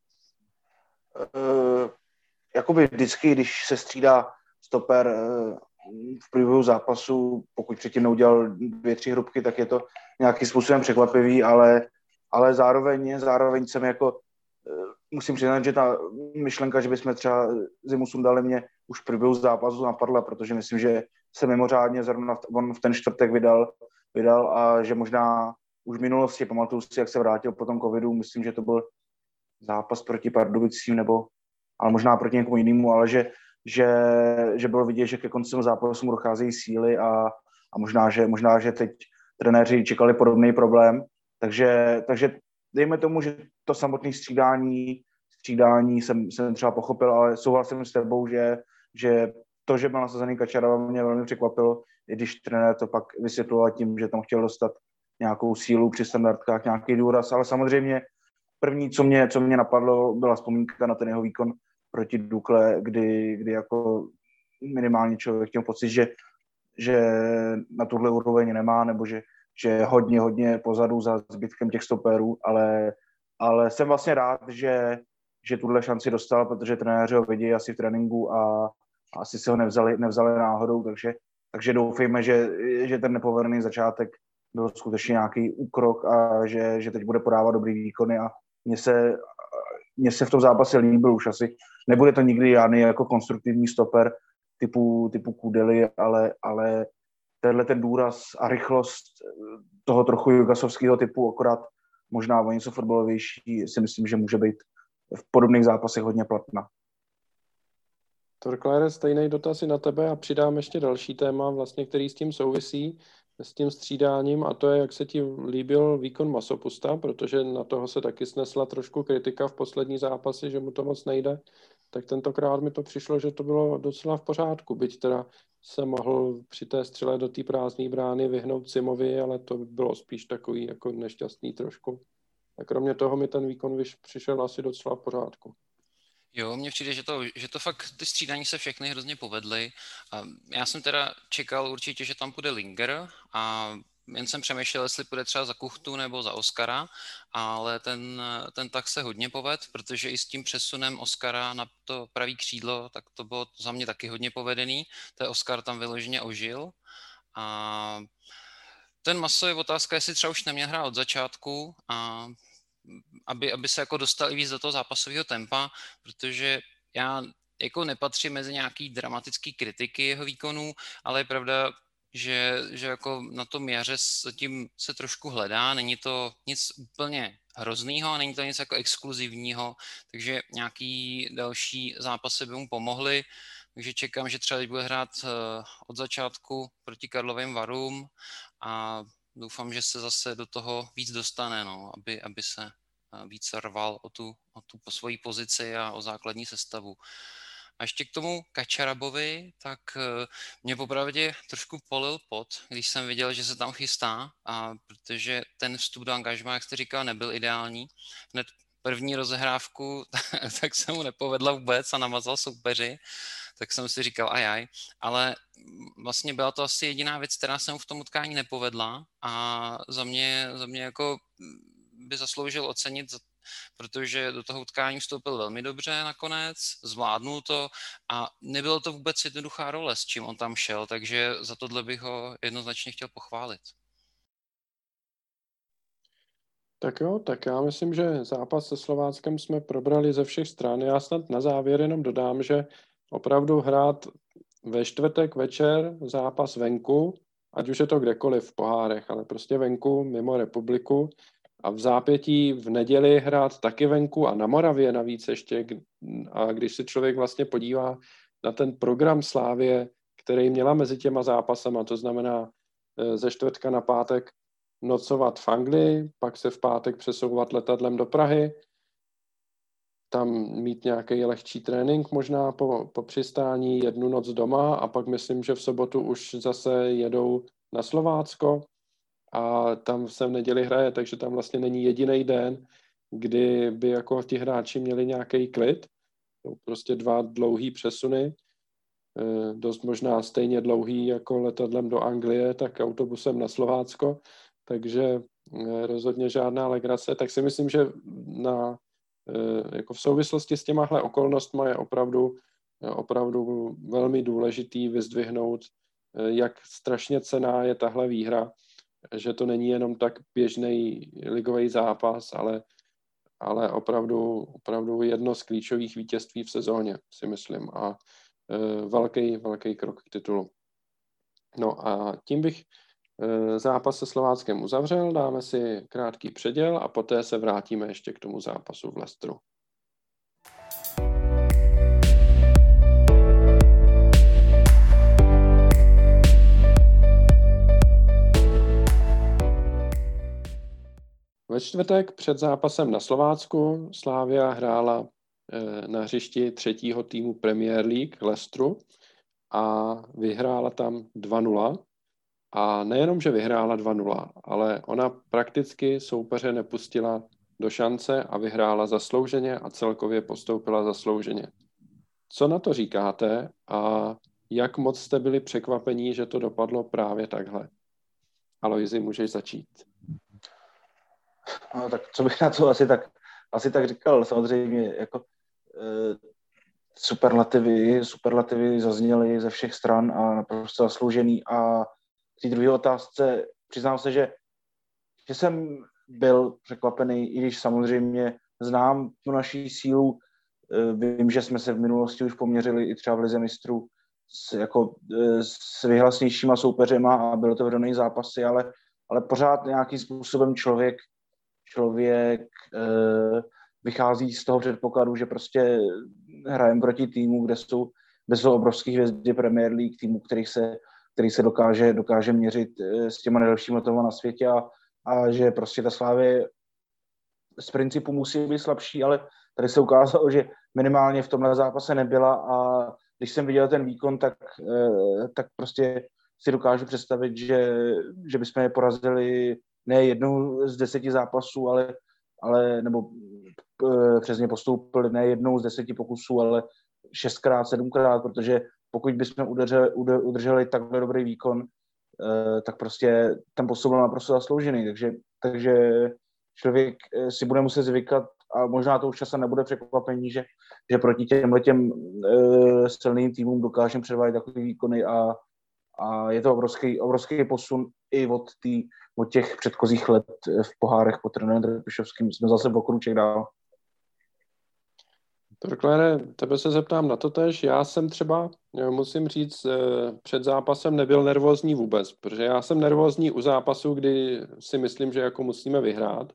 Jakoby vždycky, když se střídá stoper v průběhu zápasu, pokud předtím neudělal 2-3 hrubky, tak je to nějakým způsobem překvapivý, ale zároveň jsem jako musím přiznat, že ta myšlenka, že bychom třeba Zimu sundali, mě už v průběhu zápasu napadla, protože myslím, že se mimořádně zrovna on v ten čtvrtek vydal a že možná už v minulosti, pamatuju si, jak se vrátil po tom covidu, myslím, že to byl zápas proti Pardubicím, ale možná proti někomu jinému, ale že bylo vidět, že ke konci zápasu mu docházejí síly a možná, že teď trenéři čekali podobný problém, takže dejme tomu, že to samotné střídání jsem třeba pochopil, ale souhlasím s tebou, že to, že byl nasazený Kačaraba, mě velmi překvapilo, i když trenér to pak vysvětloval tím, že tam chtěl dostat nějakou sílu při standardkách, nějaký důraz, ale samozřejmě první, co mě napadlo, byla vzpomínka na ten jeho výkon proti Dukle, kdy jako minimálně člověk měl pocit, že na tuhle úroveň nemá, nebo že je hodně pozadu za zbytkem těch stopérů, ale jsem vlastně rád, že tuhle šanci dostal, protože trenéři ho vidí asi v tréninku a asi se ho nevzali náhodou, takže doufejme, že ten nepovedený začátek byl skutečně nějaký úkrok a že teď bude podávat dobrý výkony a mně se v tom zápase líbil už asi. Nebude to nikdy žádný jako konstruktivní stoper typu Kudely, ale tenhle ten důraz a rychlost toho trochu jugasovského typu, akorát možná o něco fotbalovější, si myslím, že může být v podobných zápasech hodně platná. Torklére, stejný dotaz i na tebe a přidám ještě další téma, vlastně, který s tím souvisí, s tím střídáním, a to je, jak se ti líbil výkon Masopusta, protože na toho se taky snesla trošku kritika v poslední zápasy, že mu to moc nejde, tak tentokrát mi to přišlo, že to bylo docela v pořádku, byť teda se mohl při té střele do té prázdné brány vyhnout Simovi, ale to bylo spíš takový jako nešťastný trošku. A kromě toho mi ten výkon přišel asi docela v pořádku. Jo, mně přijde, že to fakt ty střídání se všechny hrozně povedly. Já jsem teda čekal určitě, že tam půjde Linger a jen jsem přemýšlel, jestli půjde třeba za Kuchtu nebo za Oskara, ale ten tak se hodně povedl, protože i s tím přesunem Oskara na to pravý křídlo, tak to bylo za mě taky hodně povedený. Ten Oskar tam vyloženě ožil. A ten Maso je otázka, jestli třeba už neměl hrát od začátku a aby se jako dostal i víc do toho zápasového tempa, protože já jako nepatřím mezi nějaký dramatický kritiky jeho výkonů, ale je pravda, že jako na tom jaře tím se trošku hledá, není to nic úplně hroznýho, není to nic jako exkluzivního, takže nějaký další zápasy by mu pomohly, takže čekám, že třeba teď bude hrát od začátku proti Karlovým Varům a doufám, že se zase do toho víc dostane, no, aby se víc rval o tu po svojí pozici a o základní sestavu. A ještě k tomu Kačarabovi, tak mě popravdě trošku polil pot, když jsem viděl, že se tam chystá, protože ten vstup do angažmá, jak jste říkal, nebyl ideální. Hned první rozehrávku, tak se mu nepovedla vůbec a namazal soupeři, tak jsem si říkal ajaj, ale vlastně byla to asi jediná věc, která se mu v tom utkání nepovedla a za mě jako by zasloužil ocenit, protože do toho utkání vstoupil velmi dobře nakonec, zvládnul to a nebylo to vůbec jednoduchá role, s čím on tam šel, takže za tohle bych ho jednoznačně chtěl pochválit. Tak jo, tak já myslím, že zápas se Slováckem jsme probrali ze všech stran. Já snad na závěr jenom dodám, že opravdu hrát ve čtvrtek večer zápas venku, ať už je to kdekoliv v pohárech, ale prostě venku, mimo republiku, a v zápětí v neděli hrát taky venku a na Moravě navíc ještě. A když se člověk vlastně podívá na ten program Slávie, který měla mezi těma zápasama, to znamená ze čtvrtka na pátek nocovat v Anglii, pak se v pátek přesouvat letadlem do Prahy, tam mít nějaký lehčí trénink možná po přistání, jednu noc doma a pak myslím, že v sobotu už zase jedou na Slovácko a tam se v neděli hraje, takže tam vlastně není jediný den, kdy by jako ti hráči měli nějaký klid. Jsou prostě 2 dlouhý přesuny. dost možná stejně dlouhý jako letadlem do Anglie, tak autobusem na Slovácko, takže rozhodně žádná legrace. Tak si myslím, že jako v souvislosti s těmahle okolnostmi je opravdu velmi důležitý vyzdvihnout, jak strašně cenná je tahle výhra, že to není jenom tak běžný ligový zápas, ale opravdu jedno z klíčových vítězství v sezóně, si myslím, a velký krok k titulu. No a tím bych zápas se Slováckem uzavřel, dáme si krátký předěl a poté se vrátíme ještě k tomu zápasu v Leicesteru. Ve čtvrtek před zápasem na Slovácku Slavia hrála na hřišti třetího týmu Premier League Leicesteru a vyhrála tam 2-0. A nejenom, že vyhrála 2-0, ale ona prakticky soupeře nepustila do šance a vyhrála zaslouženě a celkově postoupila zaslouženě. Co na to říkáte a jak moc jste byli překvapení, že to dopadlo právě takhle? Alojzi, můžeš začít. No, tak co bych na to asi tak říkal, samozřejmě jako superlativy zazněly ze všech stran a naprosto zasloužený. A v té druhé otázce přiznám se, že jsem byl překvapený, i když samozřejmě znám tu naší sílu, vím, že jsme se v minulosti už poměřili i třeba v Lize mistrů s vyhlasnějšíma soupeřema a bylo to vedené zápasy, ale pořád nějakým způsobem člověk vychází z toho předpokladu, že prostě hrajeme proti týmu, kde jsou obrovský hvězdy Premier League, týmu, který se dokáže měřit s těma nejlepšími tomu na světě a že prostě ta Slavie z principu musí být slabší, ale tady se ukázalo, že minimálně v tomhle zápase nebyla a když jsem viděl ten výkon, tak prostě si dokážu představit, že bychom je porazili ne jednou z 10 zápasů, nebo přesně postoupili ne jednou z 10 pokusů, ale 6x, 7x, protože pokud bychom udrželi takhle dobrý výkon, tak prostě ten postup byl naprosto zasloužený. Takže člověk si bude muset zvykat a možná to už časem nebude překvapení, že proti těm silným týmům dokážeme předvádět takové výkony a je to obrovský posun i od těch předchozích let v pohárech pod trenérem Trpišovským. Jsme zase o krůček dál. Torklére, tebe se zeptám na to tež. Já jsem třeba, musím říct, před zápasem nebyl nervózní vůbec, protože já jsem nervózní u zápasu, kdy si myslím, že jako musíme vyhrát.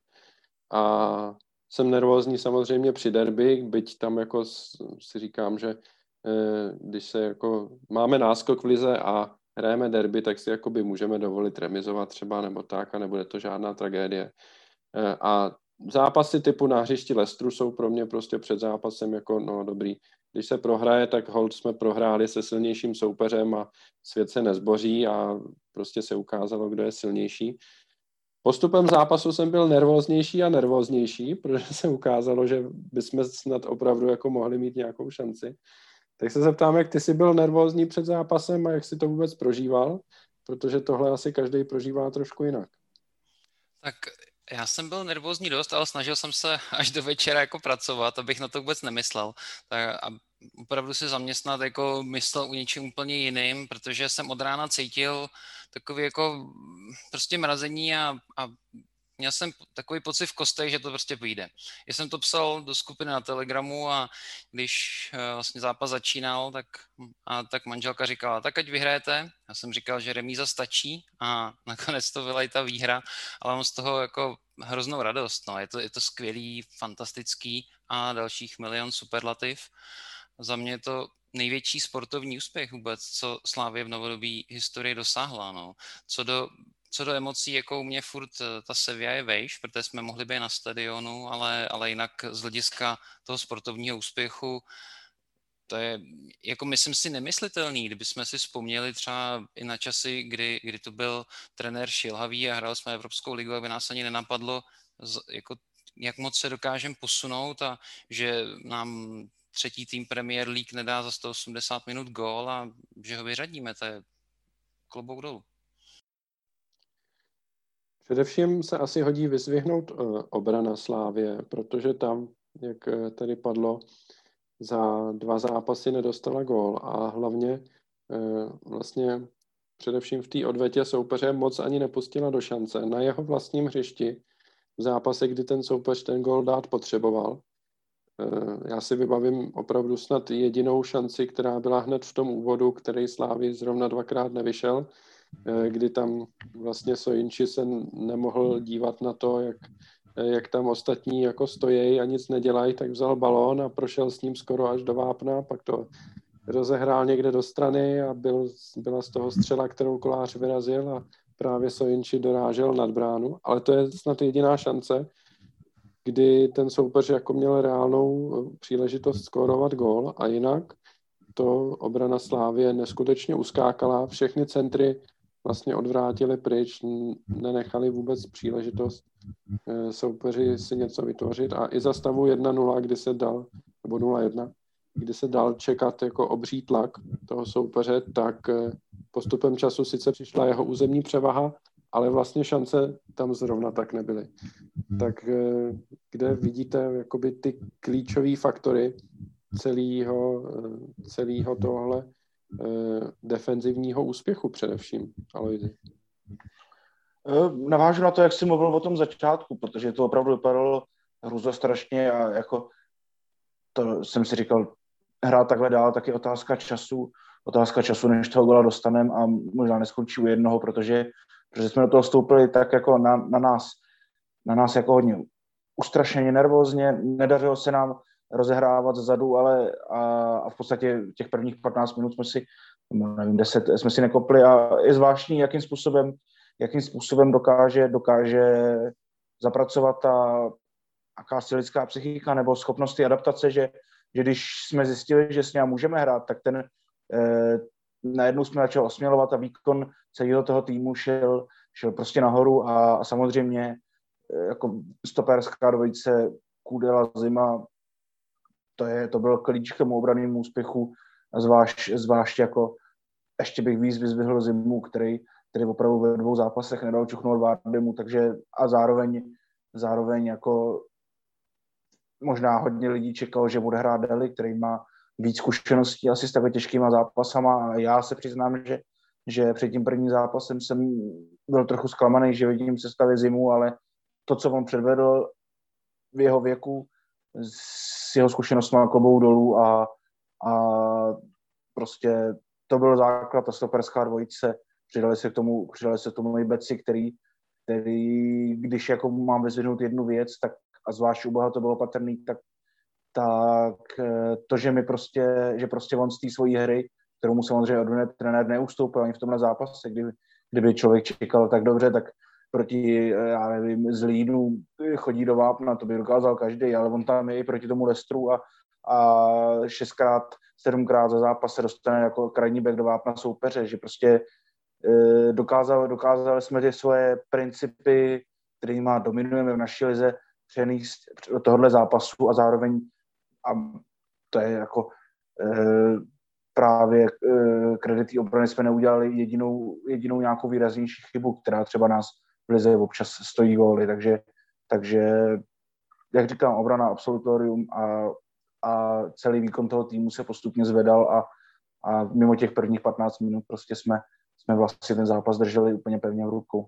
A jsem nervózní samozřejmě při derby, byť tam jako si říkám, že když se jako máme náskok v lize a hrajeme derby, tak si jakoby můžeme dovolit remizovat třeba nebo tak a nebude to žádná tragédie. A zápasy typu na hřišti Leicesteru jsou pro mě prostě před zápasem jako no dobrý. Když se prohraje, tak hold jsme prohráli se silnějším soupeřem a svět se nezboří a prostě se ukázalo, kdo je silnější. Postupem zápasu jsem byl nervóznější, protože se ukázalo, že bychom snad opravdu jako mohli mít nějakou šanci. Tak se zeptám, jak ty jsi byl nervózní před zápasem a jak jsi to vůbec prožíval, protože tohle asi každý prožívá trošku jinak. Tak já jsem byl nervózní dost, ale snažil jsem se až do večera jako pracovat, abych na to vůbec nemyslel. Tak a opravdu si zaměstnat, jako myslel u něčím úplně jiným, protože jsem od rána cítil takový jako prostě mrazení a měl jsem takový pocit v kostech, že to prostě půjde. Já jsem to psal do skupiny na Telegramu a když vlastně zápas začínal, tak manželka říkala, tak ať vyhrajete. Já jsem říkal, že remíza stačí a nakonec to byla i ta výhra, ale mám z toho jako hroznou radost. No. Je to skvělý, fantastický a dalších milion superlativ. Za mě je to největší sportovní úspěch vůbec, co Slavie v novodobé historii dosáhla. No. Co do emocí, jako u mě furt ta Sevilla je vejš, protože jsme mohli být na stadionu, ale jinak z hlediska toho sportovního úspěchu to je, jako myslím si, nemyslitelný, kdybychom si vzpomněli třeba i na časy, kdy to byl trenér šilhavý a hrál jsme Evropskou ligu, aby nás ani nenapadlo, jako, jak moc se dokážeme posunout a že nám třetí tým Premier League nedá za 180 minut gól a že ho vyřadíme, to je klobouk dolů. Především se asi hodí vyzvihnout obrana Slávie, protože tam, jak tady padlo, za 2 zápasy nedostala gól a hlavně vlastně především v té odvetě soupeře moc ani nepustila do šance. Na jeho vlastním hřišti v zápase, kdy ten soupeř ten gól dát potřeboval. Já si vybavím opravdu snad jedinou šanci, která byla hned v tom úvodu, který Slávii zrovna 2krát nevyšel, kdy tam vlastně Soyinči se nemohl dívat na to, jak tam ostatní jako stojí a nic nedělají, tak vzal balón a prošel s ním skoro až do vápna, pak to rozehrál někde do strany a byla z toho střela, kterou Kolář vyrazil a právě Soyinči dorážel nad bránu, ale to je snad jediná šance, kdy ten soupeř jako měl reálnou příležitost skórovat gól a jinak to obrana Slávie neskutečně uskákala, všechny centry vlastně odvrátili pryč, nenechali vůbec příležitost soupeři si něco vytvořit a i za stavu 1-0, kdy se dal, nebo 0-1, kdy se dal čekat jako obří tlak toho soupeře, tak postupem času sice přišla jeho územní převaha, ale vlastně šance tam zrovna tak nebyly. Tak kde vidíte jakoby ty klíčové faktory celého tohle defenzivního úspěchu především, Alojzy? Navážu na to, jak jsi mluvil o tom začátku, protože to opravdu vypadalo hrůzostrašně a jako to jsem si říkal, hrát takhle dál, tak je otázka času, než toho gola dostaneme a možná neskončí u jednoho, protože jsme do toho vstoupili tak jako na nás jako hodně ustrašeně, nervózně, nedařilo se nám rozehrávat zezadu, ale a v podstatě těch prvních 15 minut jsme si, nevím, 10 jsme si nekopli a je zvláštní, jakým způsobem dokáže zapracovat ta jakási lidská psychika nebo schopnost té adaptace, že když jsme zjistili, že s ním můžeme hrát, tak najednou jsme začali osmělovat a výkon celého toho týmu šel prostě nahoru a samozřejmě jako stoperská dvojice Kudela, Zima, to byl klíč k tomu obrannému úspěchu a zvlášť jako ještě bych víc vyzvihl Zimu, který opravdu ve 2 zápasech nedal čuchnout Vardymu, takže a zároveň jako možná hodně lidí čekalo, že bude hrát Deli, který má víc zkušeností asi s takhle těžkýma zápasama a já se přiznám, že před tím prvním zápasem jsem byl trochu zklamaný, že vidím sestavě Zimu, ale to, co on předvedl v jeho věku s jeho zkušenostmi klobouk dolů a prostě to byl základ, ta stoperská dvojice, přidali se k tomu i Beci, který když jako mám vyzvednout jednu věc, tak a zvlášť u Boha to bylo patrný, tak to, že prostě on z té svojí hry, kterou mu samozřejmě odvine trenér, neustoupil ani v tomhle zápase, kdyby člověk čekal tak dobře, tak proti, já nevím, Zlínu chodí do vápna, to by dokázal každý, ale on tam je i proti tomu Lestru a 6x, 7x za zápas se dostane jako krajní back do vápna soupeře, že prostě dokázali jsme ty svoje principy, kterými dominujeme v naší lize, přenést do tohohle zápasu a zároveň a to je jako právě kredit obrany jsme neudělali jedinou nějakou výraznější chybu, která třeba nás v lize občas stojí góly, takže jak říkám, obrana absolutorium a celý výkon toho týmu se postupně zvedal a mimo těch prvních 15 minut prostě jsme vlastně ten zápas drželi úplně pevně v rukou.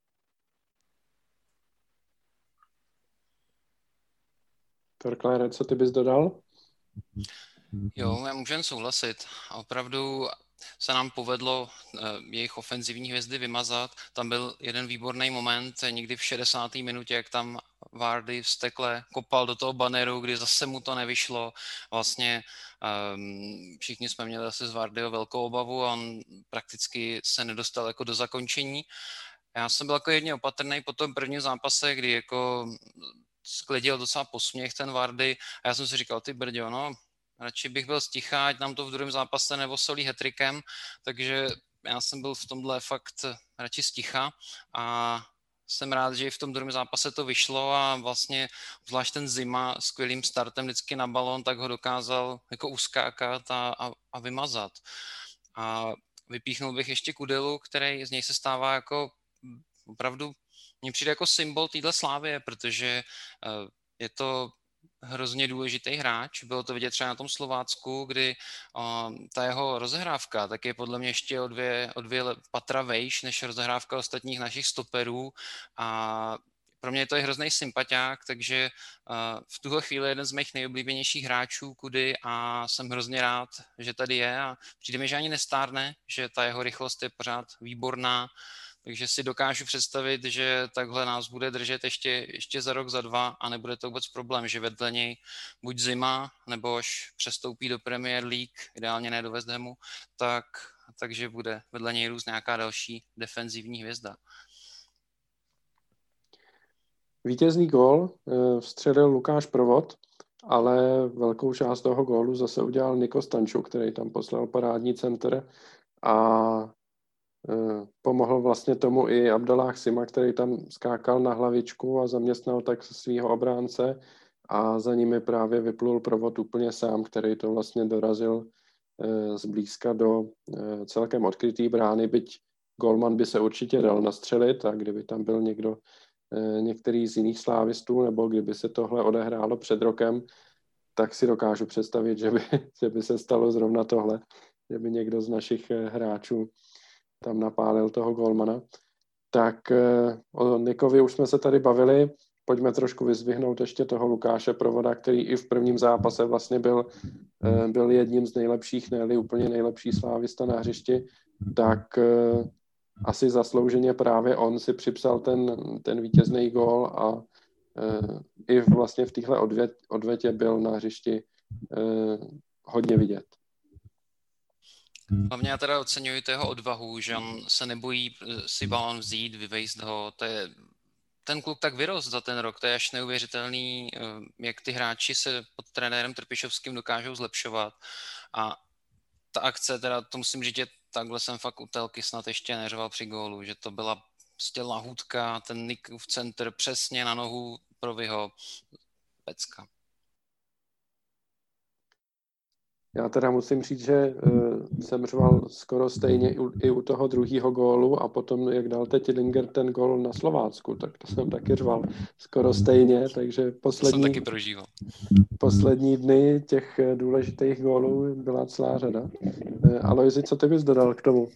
Torklére, co ty bys dodal? Jo, já můžu jen souhlasit. Opravdu se nám povedlo jejich ofenzivní hvězdy vymazat. Tam byl jeden výborný moment někdy v 60. minutě, jak tam Vardy vztekle kopal do toho baneru, kdy zase mu to nevyšlo. Vlastně všichni jsme měli asi z Vardyho velkou obavu a on prakticky se nedostal jako do zakončení. Já jsem byl jako jedně opatrný po tom prvním zápase, kdy jako sklidil docela posměch ten Vardy a já jsem si říkal, ty brďo, no, radši bych byl sticha, ať nám to v druhém zápase neosolí hat-trickem, takže já jsem byl v tomhle fakt radši sticha a jsem rád, že i v tom druhém zápase to vyšlo a vlastně zvlášť ten Zima skvělým startem vždycky na balón, tak ho dokázal jako uskákat a vymazat. A vypíchnul bych ještě Kudelu, který z něj se stává jako opravdu, mně přijde jako symbol téhle Slávie, protože je to hrozně důležitý hráč. Bylo to vidět třeba na tom Slovácku, kdy ta jeho rozehrávka tak je podle mě ještě o dvě patra vejš než rozehrávka ostatních našich stoperů a pro mě je to i hrozný sympatiák, takže v tuhle chvíli jeden z mých nejoblíbenějších hráčů Kudy a jsem hrozně rád, že tady je a přijde mi, že ani nestárne, že ta jeho rychlost je pořád výborná, takže si dokážu představit, že takhle nás bude držet ještě za rok, za dva a nebude to vůbec problém, že vedle něj buď Zima, nebo až přestoupí do Premier League, ideálně ne do West Hamu, takže bude vedle něj růst nějaká další defenzivní hvězda. Vítězný gól vstřelil Lukáš Provod, ale velkou část toho gólu zase udělal Niko Stančuk, který tam poslal parádní centr a pomohl vlastně tomu i Abdallah Sima, který tam skákal na hlavičku a zaměstnal tak svýho obránce a za nimi právě vyplul Provod úplně sám, který to vlastně dorazil zblízka do celkem odkrytý brány, byť golman by se určitě dal nastřelit a kdyby tam byl některý z jiných slávistů nebo kdyby se tohle odehrálo před rokem, tak si dokážu představit, že by se stalo zrovna tohle, že by někdo z našich hráčů tam napálil toho golmana. Tak o Nikovi už jsme se tady bavili, pojďme trošku vyzvihnout ještě toho Lukáše Provoda, který i v prvním zápase vlastně byl jedním z nejlepších, ne-li úplně nejlepší slávista na hřišti, tak asi zaslouženě právě on si připsal ten vítězný gól a i vlastně v téhle odvětě byl na hřišti hodně vidět. Hlavně já teda oceňuji jeho odvahu, že on se nebojí si balón vzít, vyvejst ho. Ten kluk tak vyrost za ten rok, to je až neuvěřitelný, jak ty hráči se pod trenérem Trpišovským dokážou zlepšovat. A ta akce, teda to musím říct, že takhle jsem fakt u telky snad ještě neřval při gólu, že to byla prostě lahůdka, ten Nikův centr přesně na nohu Provyho, pecka. Já teda musím říct, že jsem řval skoro stejně i u toho druhého gólu a potom, jak dal teď Linger ten gól na Slovácku, tak to jsem taky řval skoro stejně, takže poslední dny těch důležitých gólů byla celá řada. Alojzi, co ty bys dodal k tomu?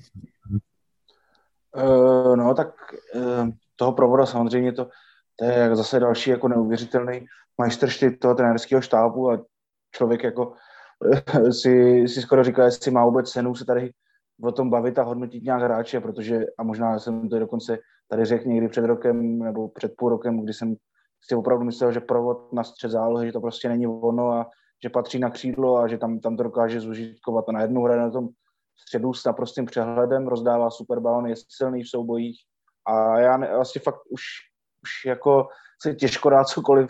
Toho Provoda samozřejmě to je zase další jako neuvěřitelný majstrštyk toho trenérského štábu a člověk jako si skoro říká, jestli má vůbec cenu se tady o tom bavit a hodnotit nějak hráče, protože, a možná jsem to dokonce tady řekl někdy před rokem nebo před půl rokem, kdy jsem si opravdu myslel, že Provod na střed zálohy, že to prostě není ono a že patří na křídlo a že tam to dokáže zužitkovat a najednou hraje na tom středu s naprostým přehledem, rozdává super balony, je silný v soubojích a já vlastně fakt už jako se těžko dá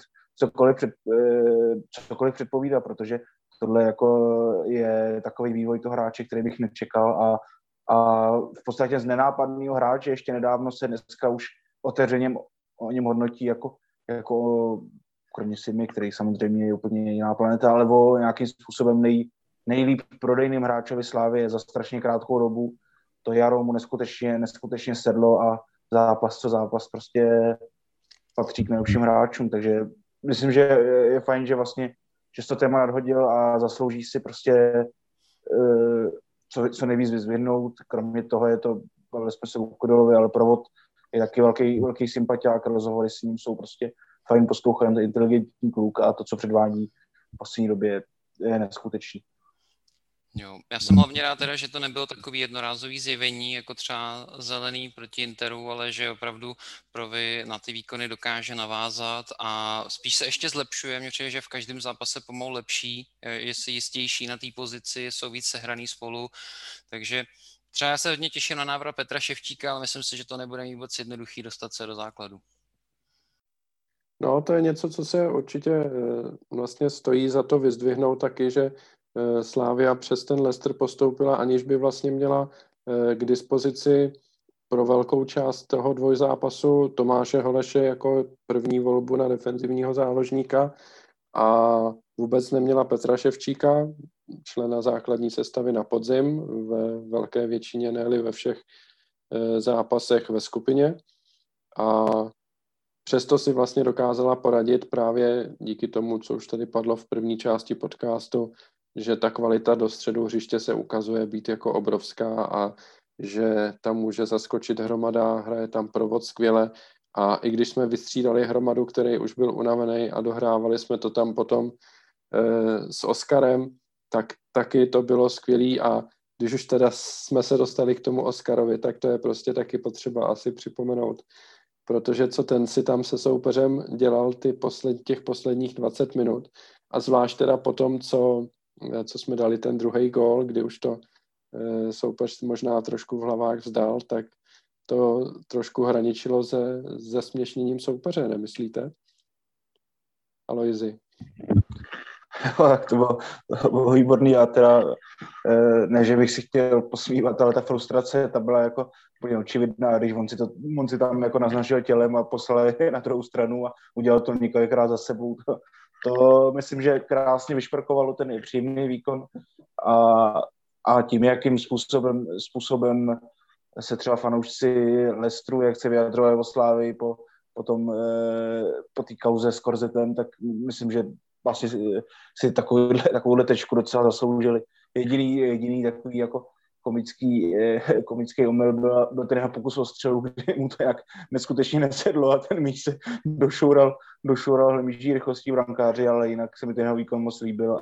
cokoliv předpovídat, protože tohle jako je takový vývoj toho hráče, který bych nečekal a v podstatě z nenápadného hráče ještě nedávno se dneska už otevřeně o něm hodnotí jako kromě Simy, který samozřejmě je úplně jiná planeta, ale o nějakým způsobem nejlíp prodejným hráčovi Slávie za strašně krátkou dobu. To jaro mu neskutečně sedlo a zápas co zápas prostě patří k nejlepším hráčům, takže myslím, že je fajn, že vlastně že to téma nadhodil a zaslouží si prostě co nejvíc vyzvihnout. Kromě toho je to, bavili jsme se o Kudolovi, ale Provod je taky velký sympatiák, rozhovory s ním jsou prostě fajn poslouchají, to je inteligentní kluk a to, co předvádí v poslední době, je neskutečný. Jo, já jsem hlavně rád teda, že to nebylo takový jednorázový zjevení, jako třeba Zelený proti Interu, ale že opravdu Provy na ty výkony dokáže navázat a spíš se ještě zlepšuje. Mně přijde, že v každém zápase pomalu lepší, je si jistější na té pozici, jsou víc sehraný spolu, takže třeba já se hodně těším na návrat Petra Ševčíka, ale myslím si, že to nebude mít vůbec jednoduchý dostat se do základu. No, to je něco, co se určitě vlastně stojí za to vyzdvihnout taky, že Slavia přes ten Leicester postoupila, aniž by vlastně měla k dispozici pro velkou část toho dvojzápasu Tomáše Holeše jako první volbu na defenzivního záložníka a vůbec neměla Petra Ševčíka, člena základní sestavy na podzim, ve velké většině, ne-li ve všech zápasech ve skupině. A přesto si vlastně dokázala poradit právě díky tomu, co už tady padlo v první části podcastu, že ta kvalita do středu hřiště se ukazuje být jako obrovská a že tam může zaskočit Hromada, hraje tam provod skvěle a i když jsme vystřídali Hromadu, který už byl unavený a dohrávali jsme to tam potom s Oskarem, tak taky to bylo skvělý a když už teda jsme se dostali k tomu Oskarovi, tak to je prostě taky potřeba asi připomenout, protože co ten si tam se soupeřem dělal těch posledních 20 minut a zvlášť teda potom, co jsme dali ten druhý gól, kdy už to soupeř možná trošku v hlavách vzdal, tak to trošku hraničilo se směšněním soupeře, nemyslíte? Aloisi. Tak to bylo výborný. Já teda, ne, že bych si chtěl posmívat, ale ta frustrace, ta byla jako úplně očividná, když on si tam jako naznačil tělem a poslal je na druhou stranu a udělal to několikrát za sebou. To myslím, že krásně vyšperkovalo ten příjemný výkon a tím, jakým způsobem se třeba fanoušci Leicesteru, jak se vyjadřovali o Slávii po té kauze s Korzetem, tak myslím, že vlastně si takovouhle tečku docela zasloužili. Jediný takový jako komický omyl byl ten jeho pokus o střelu, kdy mu to jak neskutečně nesedlo a ten míč se došoural hlemíží rychlostí brankáři, ale jinak se mi ten jeho výkon moc líbil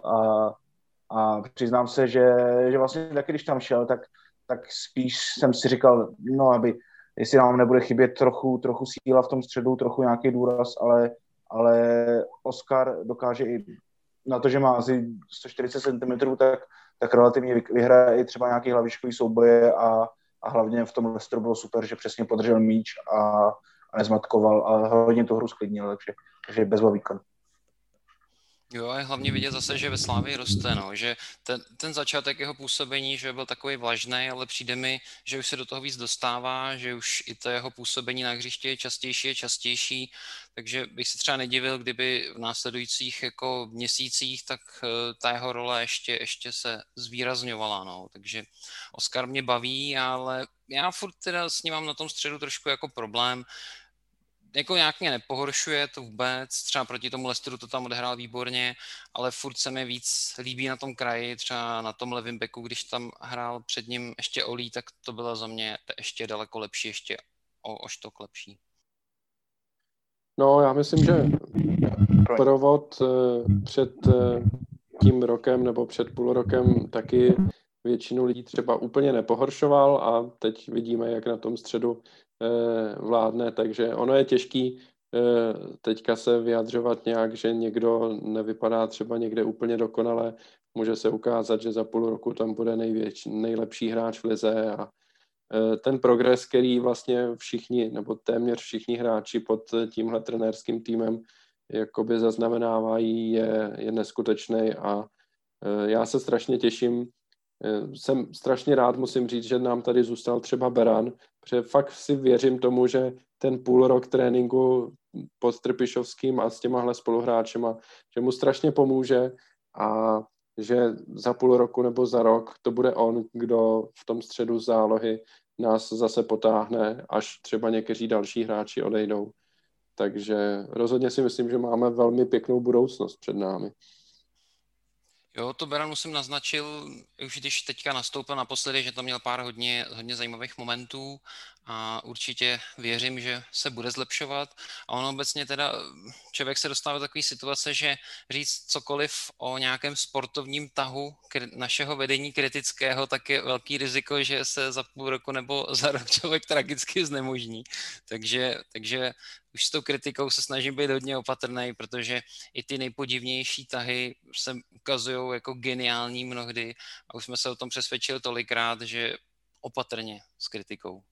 a přiznám se, že vlastně taky, když tam šel, tak spíš jsem si říkal, no jestli nám nebude chybět trochu síla v tom středu, trochu nějaký důraz, ale Oskar dokáže i na to, že má asi 140 cm, tak relativně vyhraje i třeba nějaký hlavičkový souboje a hlavně v tom Leicesteru bylo super, že přesně podržel míč a nezmatkoval a hodně tu hru sklidnil, takže bezva výkon. Jo, a je hlavně vidět zase, že ve Slávii roste, no, že ten začátek jeho působení, že byl takový vlažný, ale přijde mi, že už se do toho víc dostává, že už i to jeho působení na hřišti je častější, takže bych se třeba nedivil, kdyby v následujících jako měsících, tak ta jeho role ještě se zvýrazňovala, no, takže Oskar mě baví, ale já furt teda s ním mám na tom středu trošku jako problém. Jako nějak mě nepohoršuje to vůbec, třeba proti tomu Leicesteru to tam odehrál výborně, ale furt se mi víc líbí na tom kraji, třeba na tom levém beku, když tam hrál před ním ještě Olí, tak to bylo za mě ještě daleko lepší, ještě o štok lepší. No, já myslím, že provod před tím rokem nebo před půl rokem taky většinu lidí třeba úplně nepohoršoval a teď vidíme, jak na tom středu vládne, takže ono je těžký teďka se vyjadřovat nějak, že někdo nevypadá třeba někde úplně dokonale, může se ukázat, že za půl roku tam bude nejlepší hráč v lize a ten progres, který vlastně všichni, nebo téměř všichni hráči pod tímhle trenérským týmem jakoby zaznamenávají, je neskutečný a já se strašně těším. Jsem strašně rád, musím říct, že nám tady zůstal třeba Beran, protože fakt si věřím tomu, že ten půl rok tréninku pod Trpišovským a s těmahle spoluhráčema, že mu strašně pomůže a že za půl roku nebo za rok to bude on, kdo v tom středu zálohy nás zase potáhne, až třeba někteří další hráči odejdou. Takže rozhodně si myslím, že máme velmi pěknou budoucnost před námi. Jo, to Beran musím naznačil, už když teďka nastoupil naposledy, že tam měl pár hodně zajímavých momentů a určitě věřím, že se bude zlepšovat. A on obecně teda, člověk se dostává do takové situace, že říct cokoliv o nějakém sportovním tahu našeho vedení kritického, tak je velký riziko, že se za půl roku nebo za rok člověk tragicky znemožní. Takže už s tou kritikou se snažím být hodně opatrný, protože i ty nejpodivnější tahy se ukazují jako geniální mnohdy a už jsme se o tom přesvědčili tolikrát, že opatrně s kritikou.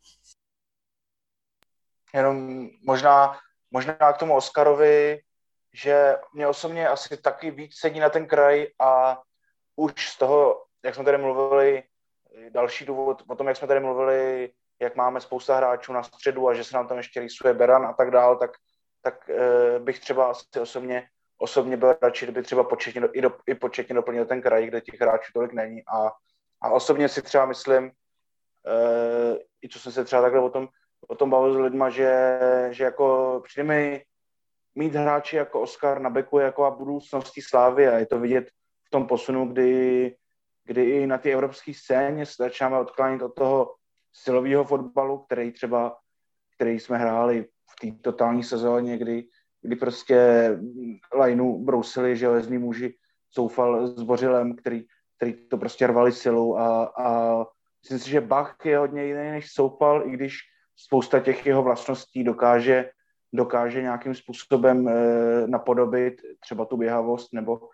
Jenom možná k tomu Oskarovi, že mě osobně asi taky víc sedí na ten kraj a už z toho, jak jsme tady mluvili, další důvod, o tom, jak jsme tady mluvili jak máme spousta hráčů na středu a že se nám tam ještě rýsuje Beran a tak dál, tak bych třeba asi osobně byl radši, kdyby třeba početně doplnil ten kraj, kde těch hráčů tolik není. A osobně si třeba myslím, i co jsem se třeba takhle o tom bavil s lidma, že jako přijde mi mít hráči jako Oskar na beku jako a budoucností Slávy a je to vidět v tom posunu, kdy i na té evropské scéně se začínáme odklánit od toho silového fotbalu, který jsme hráli v té totální sezóně, kdy prostě lajnu brousili železný muži, Soufal s Bořilem, který to prostě rvali silou a myslím si, že Bach je hodně jiný než Soufal, i když spousta těch jeho vlastností dokáže nějakým způsobem napodobit třeba tu běhavost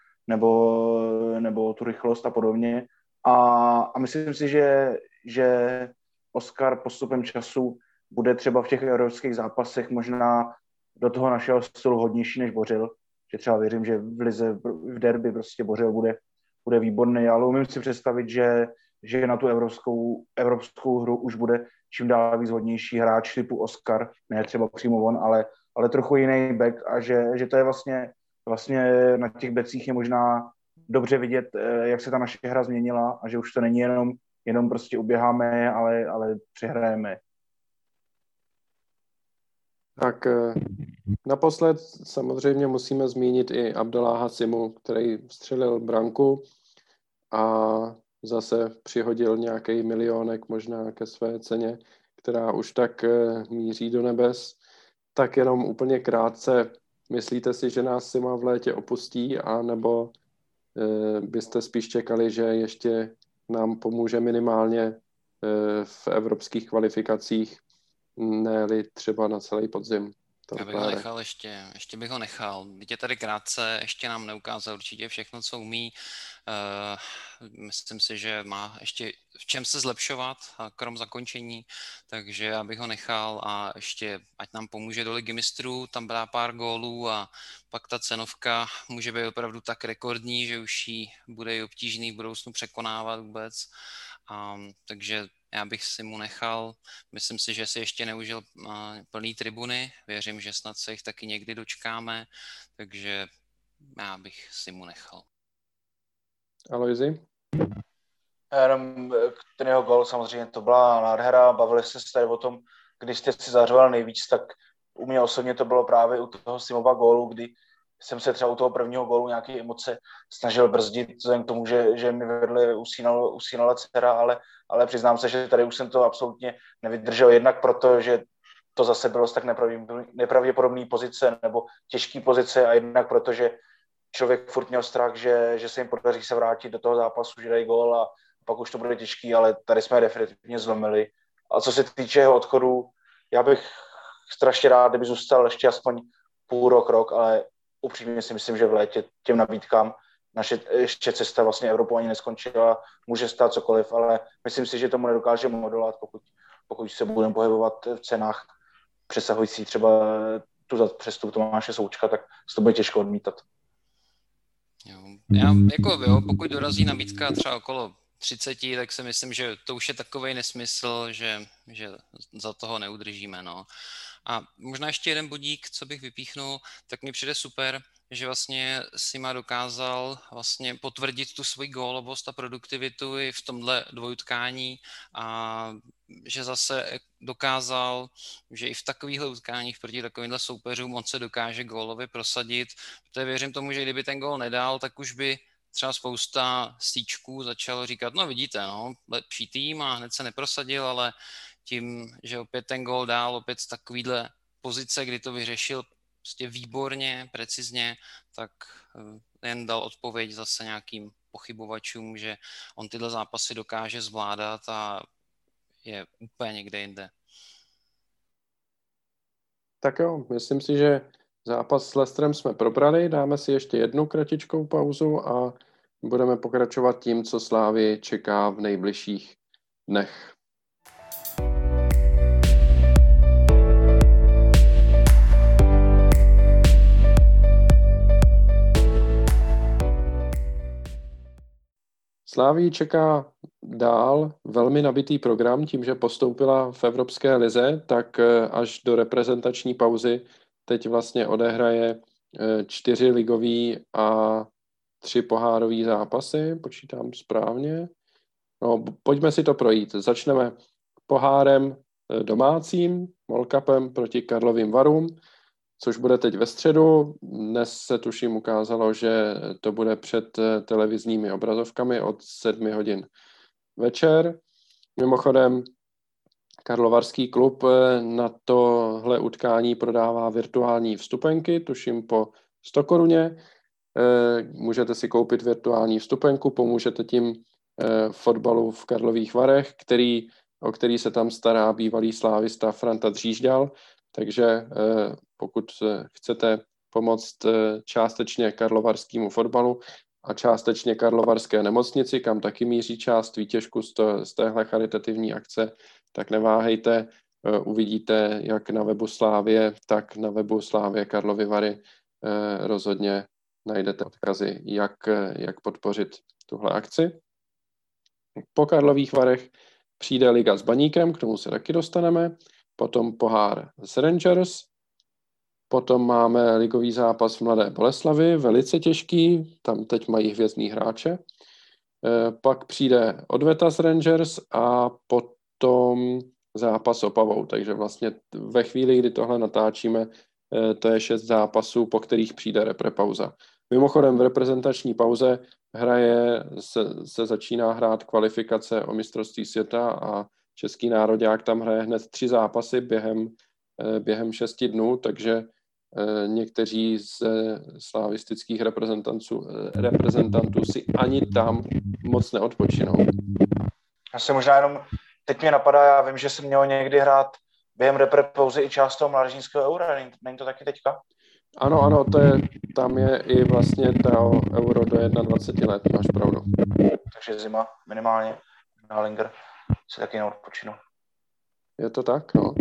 nebo tu rychlost a podobně. A myslím si, že Oskar postupem času bude třeba v těch evropských zápasech možná do toho našeho stylu hodnější než Bořil. Že třeba věřím, že v lize, v derby prostě Bořil bude výborný, ale umím si představit, že na tu evropskou hru už bude čím dál víc hodnější hráč typu Oskar, ne třeba přímo on, ale trochu jiný back a že to je vlastně na těch becích je možná dobře vidět, jak se ta naše hra změnila a že už to není jenom prostě uběháme, ale přehrajeme. Tak naposled samozřejmě musíme zmínit i Abdeláha Simu, který vstřelil branku a zase přihodil nějaký milionek možná ke své ceně, která už tak míří do nebes. Tak jenom úplně krátce, myslíte si, že nás Sima v létě opustí, anebo byste spíš čekali, že ještě nám pomůže minimálně v evropských kvalifikacích, ne-li třeba na celý podzim? Já bych ho nechal ještě bych ho nechal. Teď tady krátce, ještě nám neukázal určitě všechno, co umí. Myslím si, že má ještě v čem se zlepšovat, krom zakončení, takže já bych ho nechal a ještě, ať nám pomůže do Ligy mistrů, tam dá pár gólů a pak ta cenovka může být opravdu tak rekordní, že už ji bude i obtížný v budoucnu překonávat vůbec. Takže já bych si mu nechal, myslím si, že si ještě neužil plný tribuny, věřím, že snad se jich taky někdy dočkáme, takže já bych si mu nechal. Alojzi? Jenom ten jeho gól samozřejmě to byla nádhera, bavili jste se tady o tom, když jste si zařoval nejvíc, tak u mě osobně to bylo právě u toho Simova gólu, kdy jsem se třeba u toho prvního gólu nějaké emoce snažil brzdit, vzhledem k tomu, že mi vedle usínala dcera, ale přiznám se, že tady už jsem to absolutně nevydržel, jednak proto, že to zase bylo z tak nepravděpodobné pozice nebo těžké pozice a jednak proto, že člověk furt měl strach, že se jim podaří se vrátit do toho zápasu, že dají gól a pak už to bude těžký, ale tady jsme definitivně zlomili. A co se týče jeho odchodu, já bych strašně rád, kdyby zůstal ještě aspoň půl rok, ale upřímně si myslím, že v létě těm nabídkám naše ještě cesta vlastně Evropou ani neskončila, může stát cokoliv, ale myslím si, že tomu nedokážeme odolat, pokud se budeme pohybovat v cenách přesahující třeba tu za přestup Tomáše Součka, tak se to bude těžko odmítat. Pokud dorazí nabídka třeba okolo 30, tak si myslím, že to už je takovej nesmysl, že za toho neudržíme. No. A možná ještě jeden bodík, co bych vypíchnul, tak mi přijde super, že vlastně Sima dokázal vlastně potvrdit tu svoji gólovost a produktivitu i v tomhle dvojutkání a že zase dokázal, že i v takovýchhle utkáních proti takovýmhle soupeřům on se dokáže gólově prosadit. Protože věřím tomu, že kdyby ten gól nedal, tak už by třeba spousta stíčků začalo říkat, no vidíte, lepší tým a hned se neprosadil, ale tím, že opět ten gól dál, opět z takovýhle pozice, kdy to vyřešil prostě výborně, precizně, tak jen dal odpověď zase nějakým pochybovačům, že on tyhle zápasy dokáže zvládat a je úplně někde jinde. Tak jo, myslím si, že zápas s Leicesterem jsme probrali, dáme si ještě jednu kratičkou pauzu a budeme pokračovat tím, co Slávy čeká v nejbližších dnech. Slávii čeká dál velmi nabitý program, tím, že postoupila v Evropské lize, tak až do reprezentační pauzy teď vlastně odehraje 4 ligový a 3 pohárové zápasy, počítám správně. No, pojďme si to projít. Začneme pohárem domácím, MOL Cupem proti Karlovým Varům, což bude teď ve středu. Dnes se tuším ukázalo, že to bude před televizními obrazovkami od 7 hodin večer. Mimochodem, Karlovarský klub na tohle utkání prodává virtuální vstupenky, tuším po 100 koruně. Můžete si koupit virtuální vstupenku, pomůžete tím fotbalu v Karlových Varech, o který se tam stará bývalý slávista Franta Dřížďal. Takže pokud chcete pomoct částečně karlovarskému fotbalu a částečně karlovarské nemocnici, kam taky míří část výtěžku z téhle charitativní akce, tak neváhejte, uvidíte jak na webu Slávie, tak na webu Slávie Karlovy Vary rozhodně najdete odkazy, jak podpořit tuhle akci. Po Karlových Varech přijde liga s Baníkem, k tomu se taky dostaneme, potom pohár s Rangers, potom máme ligový zápas v Mladé Boleslavi, velice těžký, tam teď mají hvězdný hráče. Pak přijde odveta s Rangers a potom zápas s Opavou, takže vlastně ve chvíli, kdy tohle natáčíme, to je 6 zápasů, po kterých přijde reprepauza. Mimochodem v reprezentační pauze se začíná hrát kvalifikace o mistrovství světa a český nároďák tam hraje hned 3 zápasy během 6 dnů, takže někteří z slavistických reprezentantů si ani tam moc neodpočinou. Já se možná jenom, teď mě napadá, já vím, že jsem měl někdy hrát během repre-pauzy i část toho mládežnického eura, není to taky teďka? Ano, tam je i vlastně to euro do 21 let, máš pravdu. Takže zima minimálně na Linger si taky neodpočinu. Je to tak, no.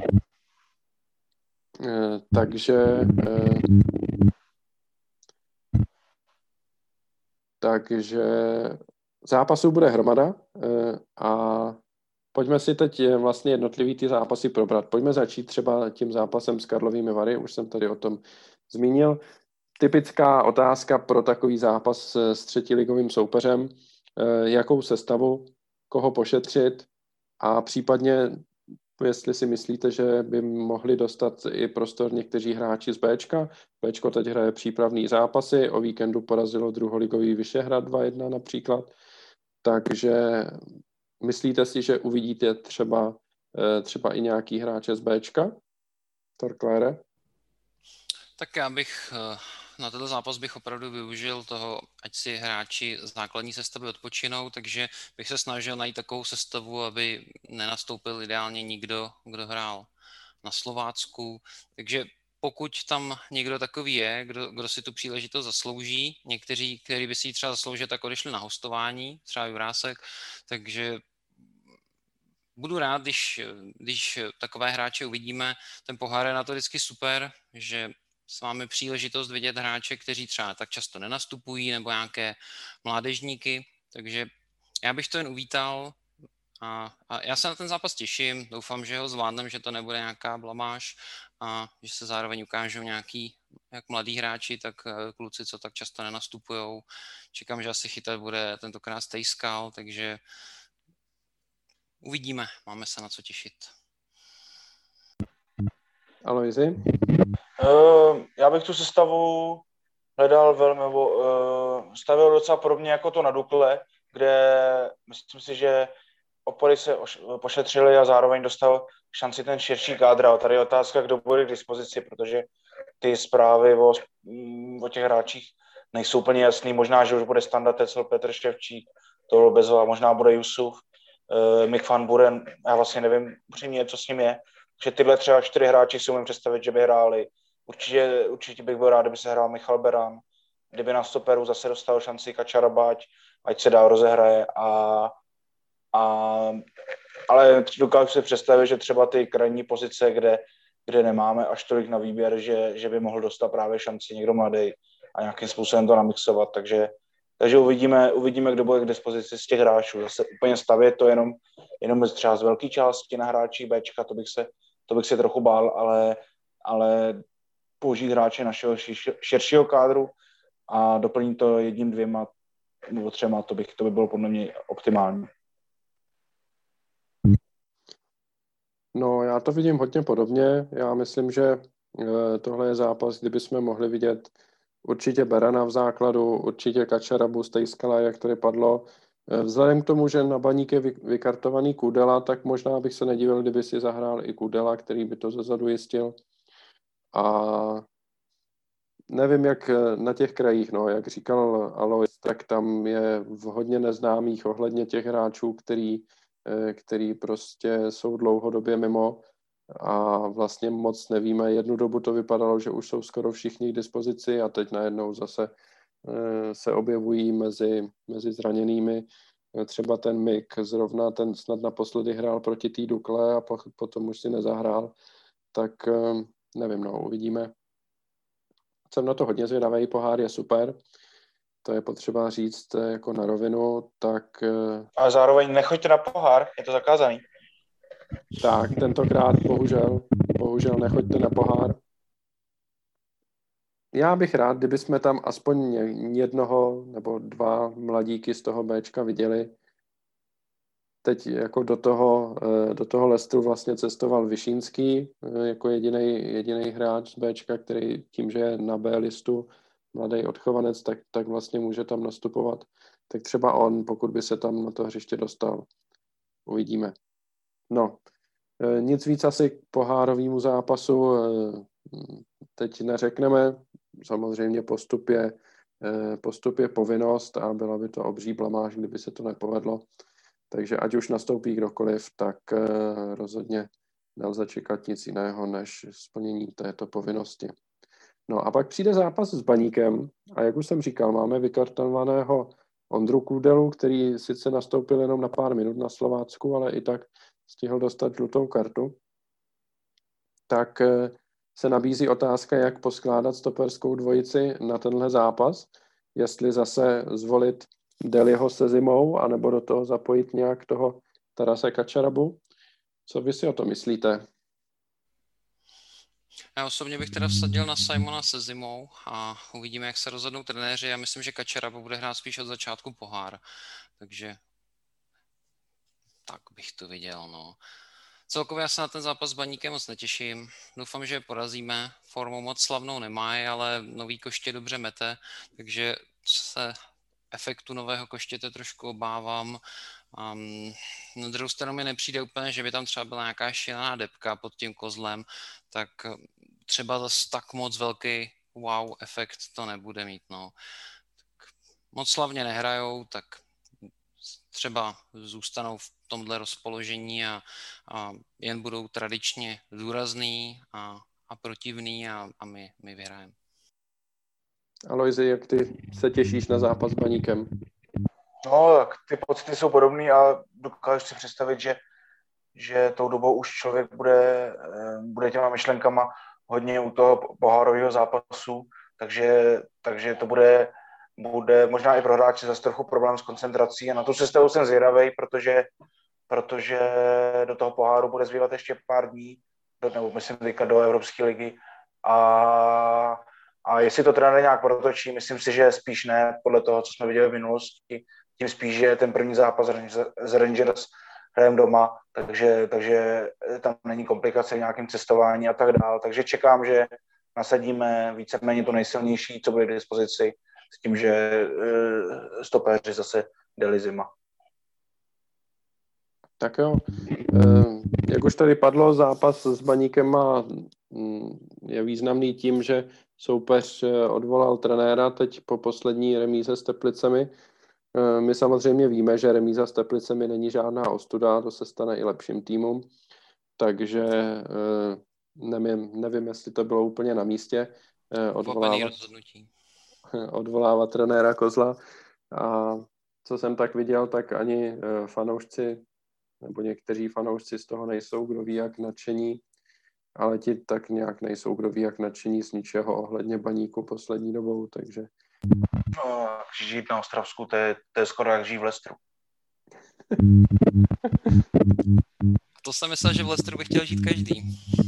Takže zápasů bude hromada a pojďme si teď vlastně jednotlivý ty zápasy probrat. Pojďme začít třeba tím zápasem s Karlovými Vary, už jsem tady o tom zmínil. Typická otázka pro takový zápas s třetiligovým soupeřem, jakou sestavu, koho pošetřit a případně, jestli si myslíte, že by mohli dostat i prostor někteří hráči z Bčka. Bčko teď hraje přípravný zápasy, o víkendu porazilo druholigový Vyšehrad 2-1 například, takže myslíte si, že uvidíte třeba i nějaký hráče z Bčka? Torklére? Tak já bych na tento zápas bych opravdu využil toho, ať si hráči základní sestavy odpočinou, takže bych se snažil najít takovou sestavu, aby nenastoupil ideálně nikdo, kdo hrál na Slovácku. Takže pokud tam někdo takový je, kdo si tu příležitost zaslouží, někteří, kteří by si ji třeba zasloužili, tak odešli na hostování, třeba Jurásek, takže budu rád, když takové hráče uvidíme. Ten pohár je na to vždycky super, že máme příležitost vidět hráče, kteří třeba tak často nenastupují, nebo nějaké mládežníky, takže já bych to jen uvítal a já se na ten zápas těším, doufám, že ho zvládnem, že to nebude nějaká blamáž a že se zároveň ukážou nějaký jak mladí hráči, tak kluci, co tak často nenastupujou. Čekám, že asi chytat bude tentokrát Stejskal, takže uvidíme, máme se na co těšit. Alojzi? Já bych tu sestavu hledal stavil docela podobně jako to na Dukle, kde myslím si, že opory se pošetřili a zároveň dostal šanci ten širší kádr. A tady je otázka, kdo bude k dispozici, protože ty zprávy o těch hráčích nejsou úplně jasný. Možná, že už bude Standa Tecel, Petr Ševčík, Tolo Bezva, možná bude Jusuf, Mik van Buren. Já vlastně nevím upřímně, co s ním je. Že tyhle třeba 4 hráči si umím představit, že by hráli. Určitě bych byl rád, kdyby se hrál Michal Beran, kdyby na stoperu zase dostal šanci Kačarabáť, ať se dál rozehraje. Ale dokážu si představit, že třeba ty krajní pozice, kde nemáme až tolik na výběr, že by mohl dostat právě šanci někdo mladý a nějakým způsobem to namixovat. Takže takže uvidíme, kdo bude k dispozici z těch hráčů. Zase úplně stavět to jenom třeba z velké části na hráči Bčka, to bych se trochu bál, ale použít hráče našeho širšího kádru a doplnit to 1, 2 nebo 3, to by bylo podle mě optimální. No, já to vidím hodně podobně. Já myslím, že tohle je zápas, kdyby jsme mohli vidět určitě Berana v základu, určitě Kačarabu, Stejskala, jak tady padlo. Vzhledem k tomu, že na Baník je vykartovaný Kudela, tak možná bych se nedivil, kdyby si zahrál i Kudela, který by to zezadu jistil. A nevím, jak na těch krajích, no, jak říkal Alois, tak tam je hodně neznámých ohledně těch hráčů, který prostě jsou dlouhodobě mimo a vlastně moc nevíme. Jednu dobu to vypadalo, že už jsou skoro všichni k dispozici a teď najednou zase se objevují mezi zraněnými. Třeba ten Mik, zrovna ten snad naposledy hrál proti té Dukle a potom už si nezahrál. Tak nevím, no, uvidíme. Jsem na to hodně zvědavý, pohár je super, to je potřeba říct jako na rovinu, tak... A zároveň nechoďte na pohár, je to zakázaný. Tak, tentokrát bohužel nechoďte na pohár. Já bych rád, kdyby jsme tam aspoň jednoho nebo 2 mladíky z toho Bčka viděli. Teď jako do toho Leicesteru vlastně cestoval Vyšínský jako jediný hráč z Bčka, který tím, že je na B listu, mladý odchovanec, tak vlastně může tam nastupovat. Tak třeba on, pokud by se tam na to hřiště dostal. Uvidíme. No, nic víc asi k pohárovému zápasu teď neřekneme. Samozřejmě postup je povinnost a byla by to obří blamáž, kdyby se to nepovedlo. Takže ať už nastoupí kdokoliv, tak rozhodně nelze čekat nic jiného než splnění této povinnosti. No a pak přijde zápas s Baníkem a jak už jsem říkal, máme vykartovaného Ondru Kudelu, který sice nastoupil jenom na pár minut na Slovácku, ale i tak stihl dostat žlutou kartu. Tak se nabízí otázka, jak poskládat stoperskou dvojici na tenhle zápas, jestli zase zvolit Deliho se Zimou, anebo do toho zapojit nějak toho Tarase Kačarabu. Co vy si o to myslíte? Já osobně bych teda vsadil na Simona se Zimou a uvidíme, jak se rozhodnou trenéři. Já myslím, že Kačaraba bude hrát spíš od začátku pohár, takže tak bych to viděl, no. Celkově já se na ten zápas s Baníkem moc netěším. Doufám, že porazíme. Formu moc slavnou nemají, ale nový koště dobře mete, takže se efektu nového koštěte trošku obávám. Na druhou stranu mi nepřijde úplně, že by tam třeba byla nějaká šílená depka pod tím kozlem, tak třeba zase tak moc velký wow efekt to nebude mít. No. Tak moc slavně nehrajou, tak třeba zůstanou v tomhle rozpoložení a jen budou tradičně důrazný a protivný a my vyhrajeme. Alojzi, jak ty se těšíš na zápas s Baníkem? No, tak ty pocity jsou podobný a dokážu si představit, že tou dobou už člověk bude těma myšlenkama hodně u toho pohárového zápasu, takže to bude možná i pro hráče zase trochu problém s koncentrací a na tu sestavu jsem zvědavej, protože do toho poháru bude zbývat ještě pár dní, nebo myslím teďka do Evropské ligy a jestli to trenér nějak protočí, myslím si, že spíš ne, podle toho, co jsme viděli v minulosti, tím spíš, že ten první zápas z Rangers hrajeme doma, takže tam není komplikace v nějakém cestování a tak dále. Takže čekám, že nasadíme víceméně to nejsilnější, co bude k dispozici, s tím, že stopéři zase Deli Zima. Tak jo, jak už tady padlo, zápas s Baníkem je významný tím, že soupeř odvolal trenéra teď po poslední remíze s Teplicemi. My samozřejmě víme, že remíza s Teplicemi není žádná ostuda, to se stane i lepším týmům, takže nevím, jestli to bylo úplně na místě odvolávat trenéra Kozla. A co jsem tak viděl, tak ani fanoušci nebo někteří fanoušci z toho nejsou kdo ví jak nadšení, ale ti tak nějak nejsou kdo ví jak nadšení z ničeho ohledně Baníku poslední dobou, takže No, žít na Ostravsku, to je skoro jak žít v Leicesteru. To jsem myslel, že v Leicesteru by chtěl žít každý.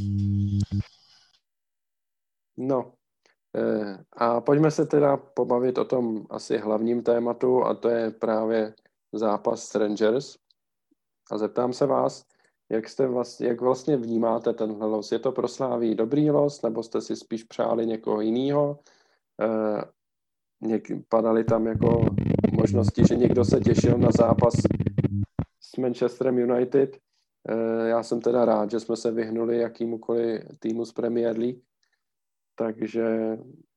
No, a pojďme se teda pobavit o tom asi hlavním tématu, a to je právě zápas s Rangers. A zeptám se vás, jak vlastně vnímáte tenhle los? Je to pro Slávii dobrý los, nebo jste si spíš přáli někoho jiného? Padaly tam jako možnosti, že někdo se těšil na zápas s Manchesterem United. Já jsem teda rád, že jsme se vyhnuli jakýmukoliv týmu z Premier League. Takže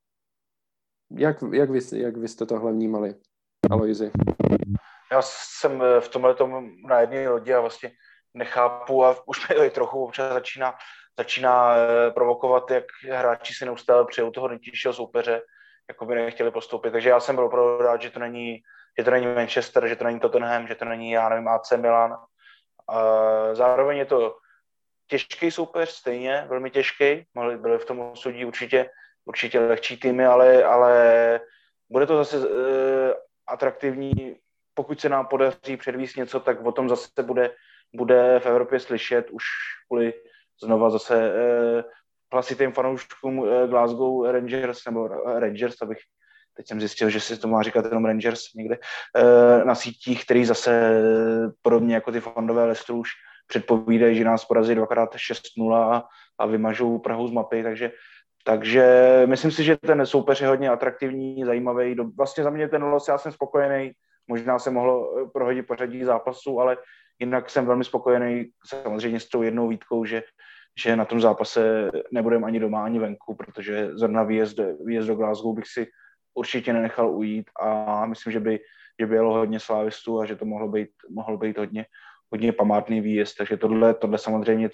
jak vy jste tohle vnímali, Aloisi? Já jsem v tomhletom na jedné lodi a vlastně nechápu a už mi trochu občas začíná provokovat, jak hráči si neustále přejou toho nejtěžšího soupeře, jako by nechtěli postoupit. Takže já jsem byl opravdu rád, že to není Manchester, že to není Tottenham, že to není, já nevím, AC Milan. Zároveň je to těžký soupeř, stejně, velmi těžký. Byly v tom sudí určitě lehčí týmy, ale bude to zase atraktivní. Pokud se nám podaří předvíst něco, tak o tom zase bude v Evropě slyšet už kvůli znova zase hlasitým fanouškům Glasgow Rangers, nebo Rangers, teď jsem zjistil, že si to má říkat jenom Rangers někde, na sítích, který zase podobně jako ty fondové Leicesteru už předpovídají, že nás porazí 2x 6-0 a vymažou Prahu z mapy, takže myslím si, že ten soupeř je hodně atraktivní, zajímavý. Vlastně za mě ten los, já jsem spokojený, možná se mohlo prohodit pořadí zápasu, ale jinak jsem velmi spokojený, samozřejmě s tou jednou výtkou, že na tom zápase nebudeme ani doma, ani venku, protože zrovna výjezd do Glasgow bych si určitě nenechal ujít a myslím, že by jelo hodně slávistů a že to mohlo být hodně památný výjezd, takže tohle samozřejmě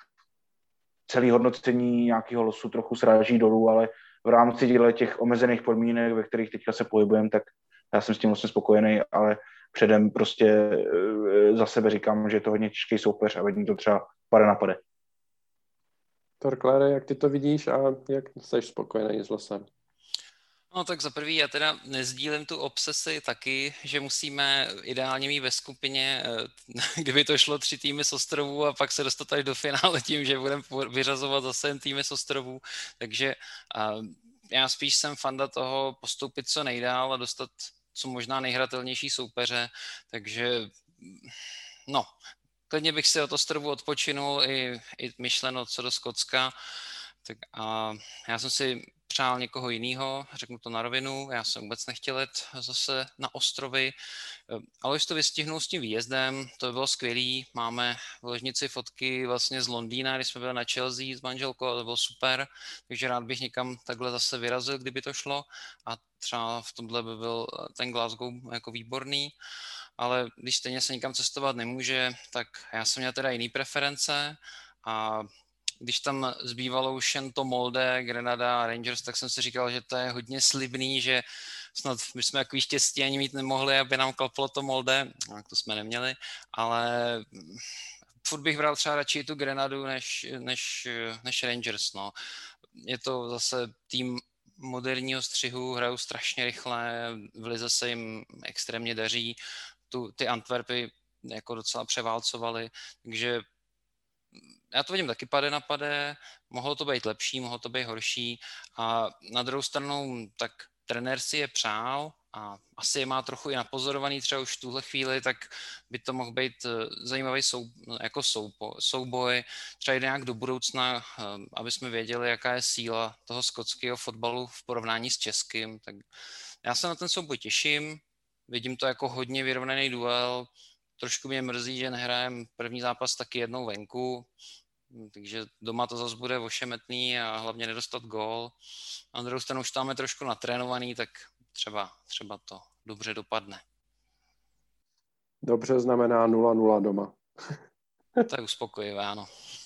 celý hodnocení nějakého losu trochu sráží dolů, ale v rámci těch omezených podmínek, ve kterých teďka se pohybujeme, tak já jsem s tím vlastně spokojený, ale předem prostě za sebe říkám, že je to hodně těžký soupeř a vedení to třeba pade na pade. Torklére, jak ty to vidíš a jak jsi spokojený s losem? No tak za prvý, já teda nezdílím tu obsesi taky, že musíme ideálně mít ve skupině, kdyby to šlo 3 týmy z ostrovů a pak se dostat až do finále tím, že budeme vyřazovat zase jen týmy z ostrovů, takže já spíš jsem fanda toho postoupit co nejdál a dostat co možná nejhratelnější soupeře, takže no, klidně bych si od ostrovu odpočinul i myšleno co do Skotska, tak a já jsem si přál někoho jiného, řeknu to na rovinu, já jsem vůbec nechtěl jet zase na ostrovy, ale už to vystihnul s tím výjezdem, to bylo skvělý, máme v ložnici fotky vlastně z Londýna, když jsme byli na Chelsea s manželkou, to bylo super, takže rád bych někam takhle zase vyrazil, kdyby to šlo a třeba v tomhle by byl ten Glasgow jako výborný, ale když stejně se nikam cestovat nemůže, tak já jsem měl teda jiný preference a když tam zbývalo už jen to Molde, Grenada a Rangers, tak jsem si říkal, že to je hodně slibný, že snad my jsme takový štěstí ani mít nemohli, aby nám klaplo to Molde, tak to jsme neměli, ale furt bych bral třeba radši tu Grenadu než Rangers. No. Je to zase tým moderního střihu, hrajou strašně rychle, v lize se jim extrémně daří, ty Antwerpy jako docela převálcovali, takže já to vidím taky pade na pade, mohlo to být lepší, mohlo to být horší a na druhou stranu tak trenér si je přál a asi je má trochu i napozorovaný třeba už v tuhle chvíli, tak by to mohl být zajímavý souboj, třeba jde nějak do budoucna, aby jsme věděli, jaká je síla toho skotského fotbalu v porovnání s českým, tak já se na ten souboj těším, vidím to jako hodně vyrovnaný duel. Trošku mě mrzí, že nehrajeme první zápas taky jednou venku, takže doma to zase bude ošemetný a hlavně nedostat gól. Na druhou stranu už tam je trošku natrénovaný, tak třeba to dobře dopadne. Dobře znamená 0-0 doma. To je uspokojivé, ano.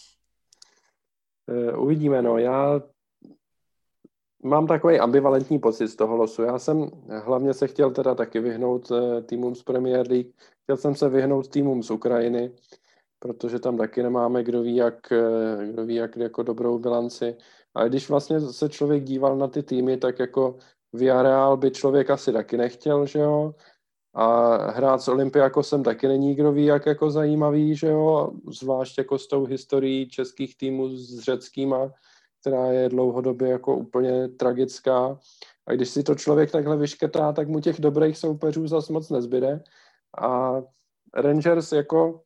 Uvidíme, no. Já mám takový ambivalentní pocit z toho losu. Já jsem hlavně se chtěl teda taky vyhnout týmům z Premier League. Chtěl jsem se vyhnout týmům z Ukrajiny, protože tam taky nemáme kdo ví jak jako dobrou bilanci. Ale když vlastně se člověk díval na ty týmy, tak jako Villarreal by člověk asi taky nechtěl, že jo? A hrát s Olympiakosem taky není kdo ví, jak jako zajímavý, že jo? Zvlášť jako s tou historií českých týmů s řeckýma, která je dlouhodobě jako úplně tragická. A když si to člověk takhle vyškrtá, tak mu těch dobrých soupeřů zas moc nezbyde. A Rangers jako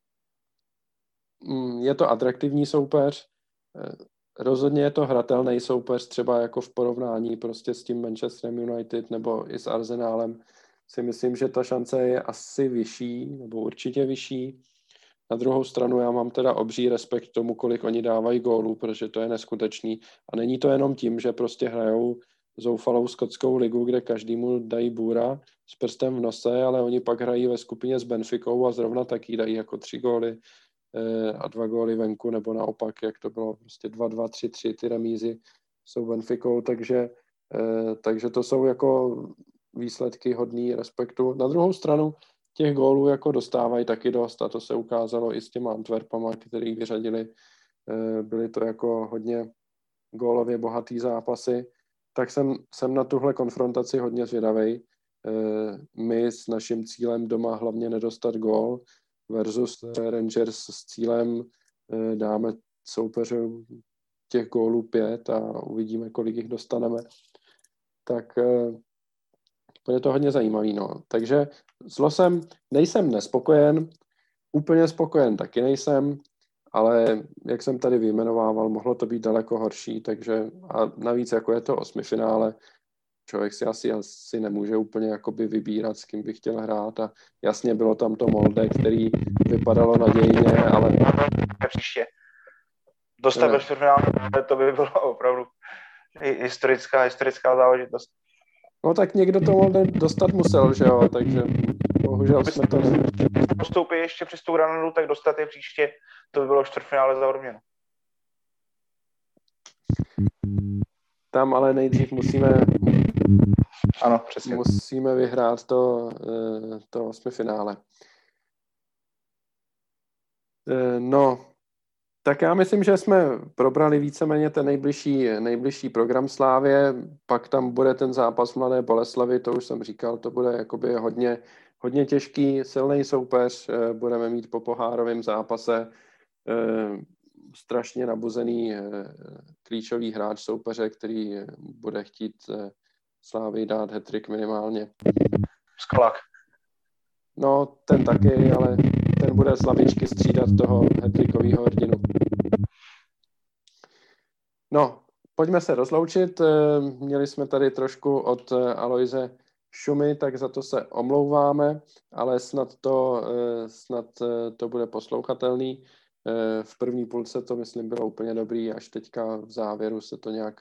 je to atraktivní soupeř, rozhodně je to hratelný soupeř, třeba jako v porovnání prostě s tím Manchesterem United nebo i s Arsenálem. Si myslím, že ta šance je asi vyšší, nebo určitě vyšší. Na druhou stranu já mám teda obří respekt tomu, kolik oni dávají gólů, protože to je neskutečný. A není to jenom tím, že prostě hrajou zoufalou skotskou ligu, kde každému dají bůra s prstem v nose, ale oni pak hrají ve skupině s Benficou a zrovna taky dají jako 3 góly a 2 góly venku, nebo naopak, jak to bylo, prostě 2-2, 3-3, ty remízy jsou Benficou, takže to jsou jako výsledky hodný respektu. Na druhou stranu těch gólů jako dostávají taky dost a to se ukázalo i s těma Antwerpama, který vyřadili. Byly to jako hodně gólově bohatý zápasy. Tak jsem na tuhle konfrontaci hodně zvědavej. My s naším cílem doma hlavně nedostat gól versus Rangers s cílem dáme soupeřům těch gólů 5 a uvidíme, kolik jich dostaneme. Tak je to hodně zajímavý, no. Takže s losem nejsem nespokojen, úplně spokojen taky nejsem, ale jak jsem tady vyjmenovával, mohlo to být daleko horší, takže a navíc jako je to 8finále, člověk si asi nemůže úplně jakoby vybírat, s kým by chtěl hrát a jasně bylo tam to Molde, který vypadalo nadějně, ale příště dostat ve čtvrtfinále, to by bylo opravdu historická záležitost. No tak někdo to Molde dostat musel, že jo, takže bohužel jsme to postoupit ještě přes tu Granadu, tak dostat je příště, to by bylo čtvrtfinále za odměnu. Tam ale nejdřív musíme vyhrát to 8finále. No, tak já myslím, že jsme probrali víceméně ten nejbližší program Slávě, pak tam bude ten zápas v Mladé Boleslavi, to už jsem říkal, to bude jakoby hodně těžký, silný soupeř, budeme mít po pohárovém zápase strašně nabuzený klíčový hráč soupeře, který bude chtít Slávy dát hat-trick minimálně. Skalák. No, ten taky, ale ten bude z lavičky střídat toho hat-trickovýho hrdinu. No, pojďme se rozloučit. Měli jsme tady trošku od Aloise šumy, tak za to se omlouváme, ale snad to bude poslouchatelný. V první půlce to, myslím, bylo úplně dobrý, až teďka v závěru se to nějak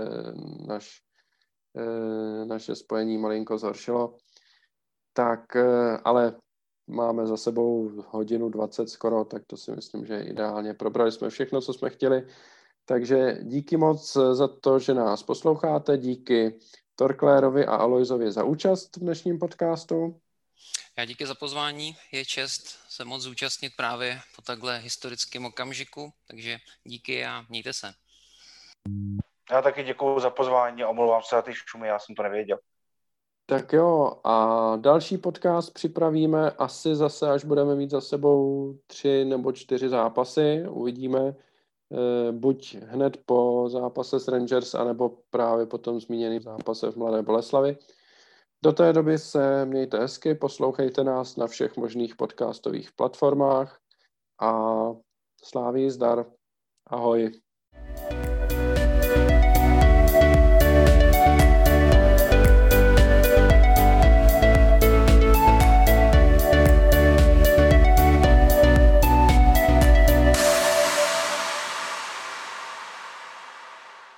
naše spojení malinko zhoršilo. Tak, ale máme za sebou 1:20 skoro, tak to si myslím, že je ideálně. Probrali jsme všechno, co jsme chtěli. Takže díky moc za to, že nás posloucháte. Díky Torklérovi a Aloisovi za účast v dnešním podcastu. Já díky za pozvání. Je čest se moc zúčastnit právě po takhle historickém okamžiku. Takže díky a mějte se. Já taky děkuju za pozvání a omlouvám se za ty šumy, já jsem to nevěděl. Tak jo, a další podcast připravíme asi zase, až budeme mít za sebou 3 nebo 4 zápasy. Uvidíme, buď hned po zápase s Rangers, anebo právě po tom zmíněném zápase v Mladé Boleslavi. Do té doby se mějte hezky, poslouchejte nás na všech možných podcastových platformách a Slávii zdar. Ahoj.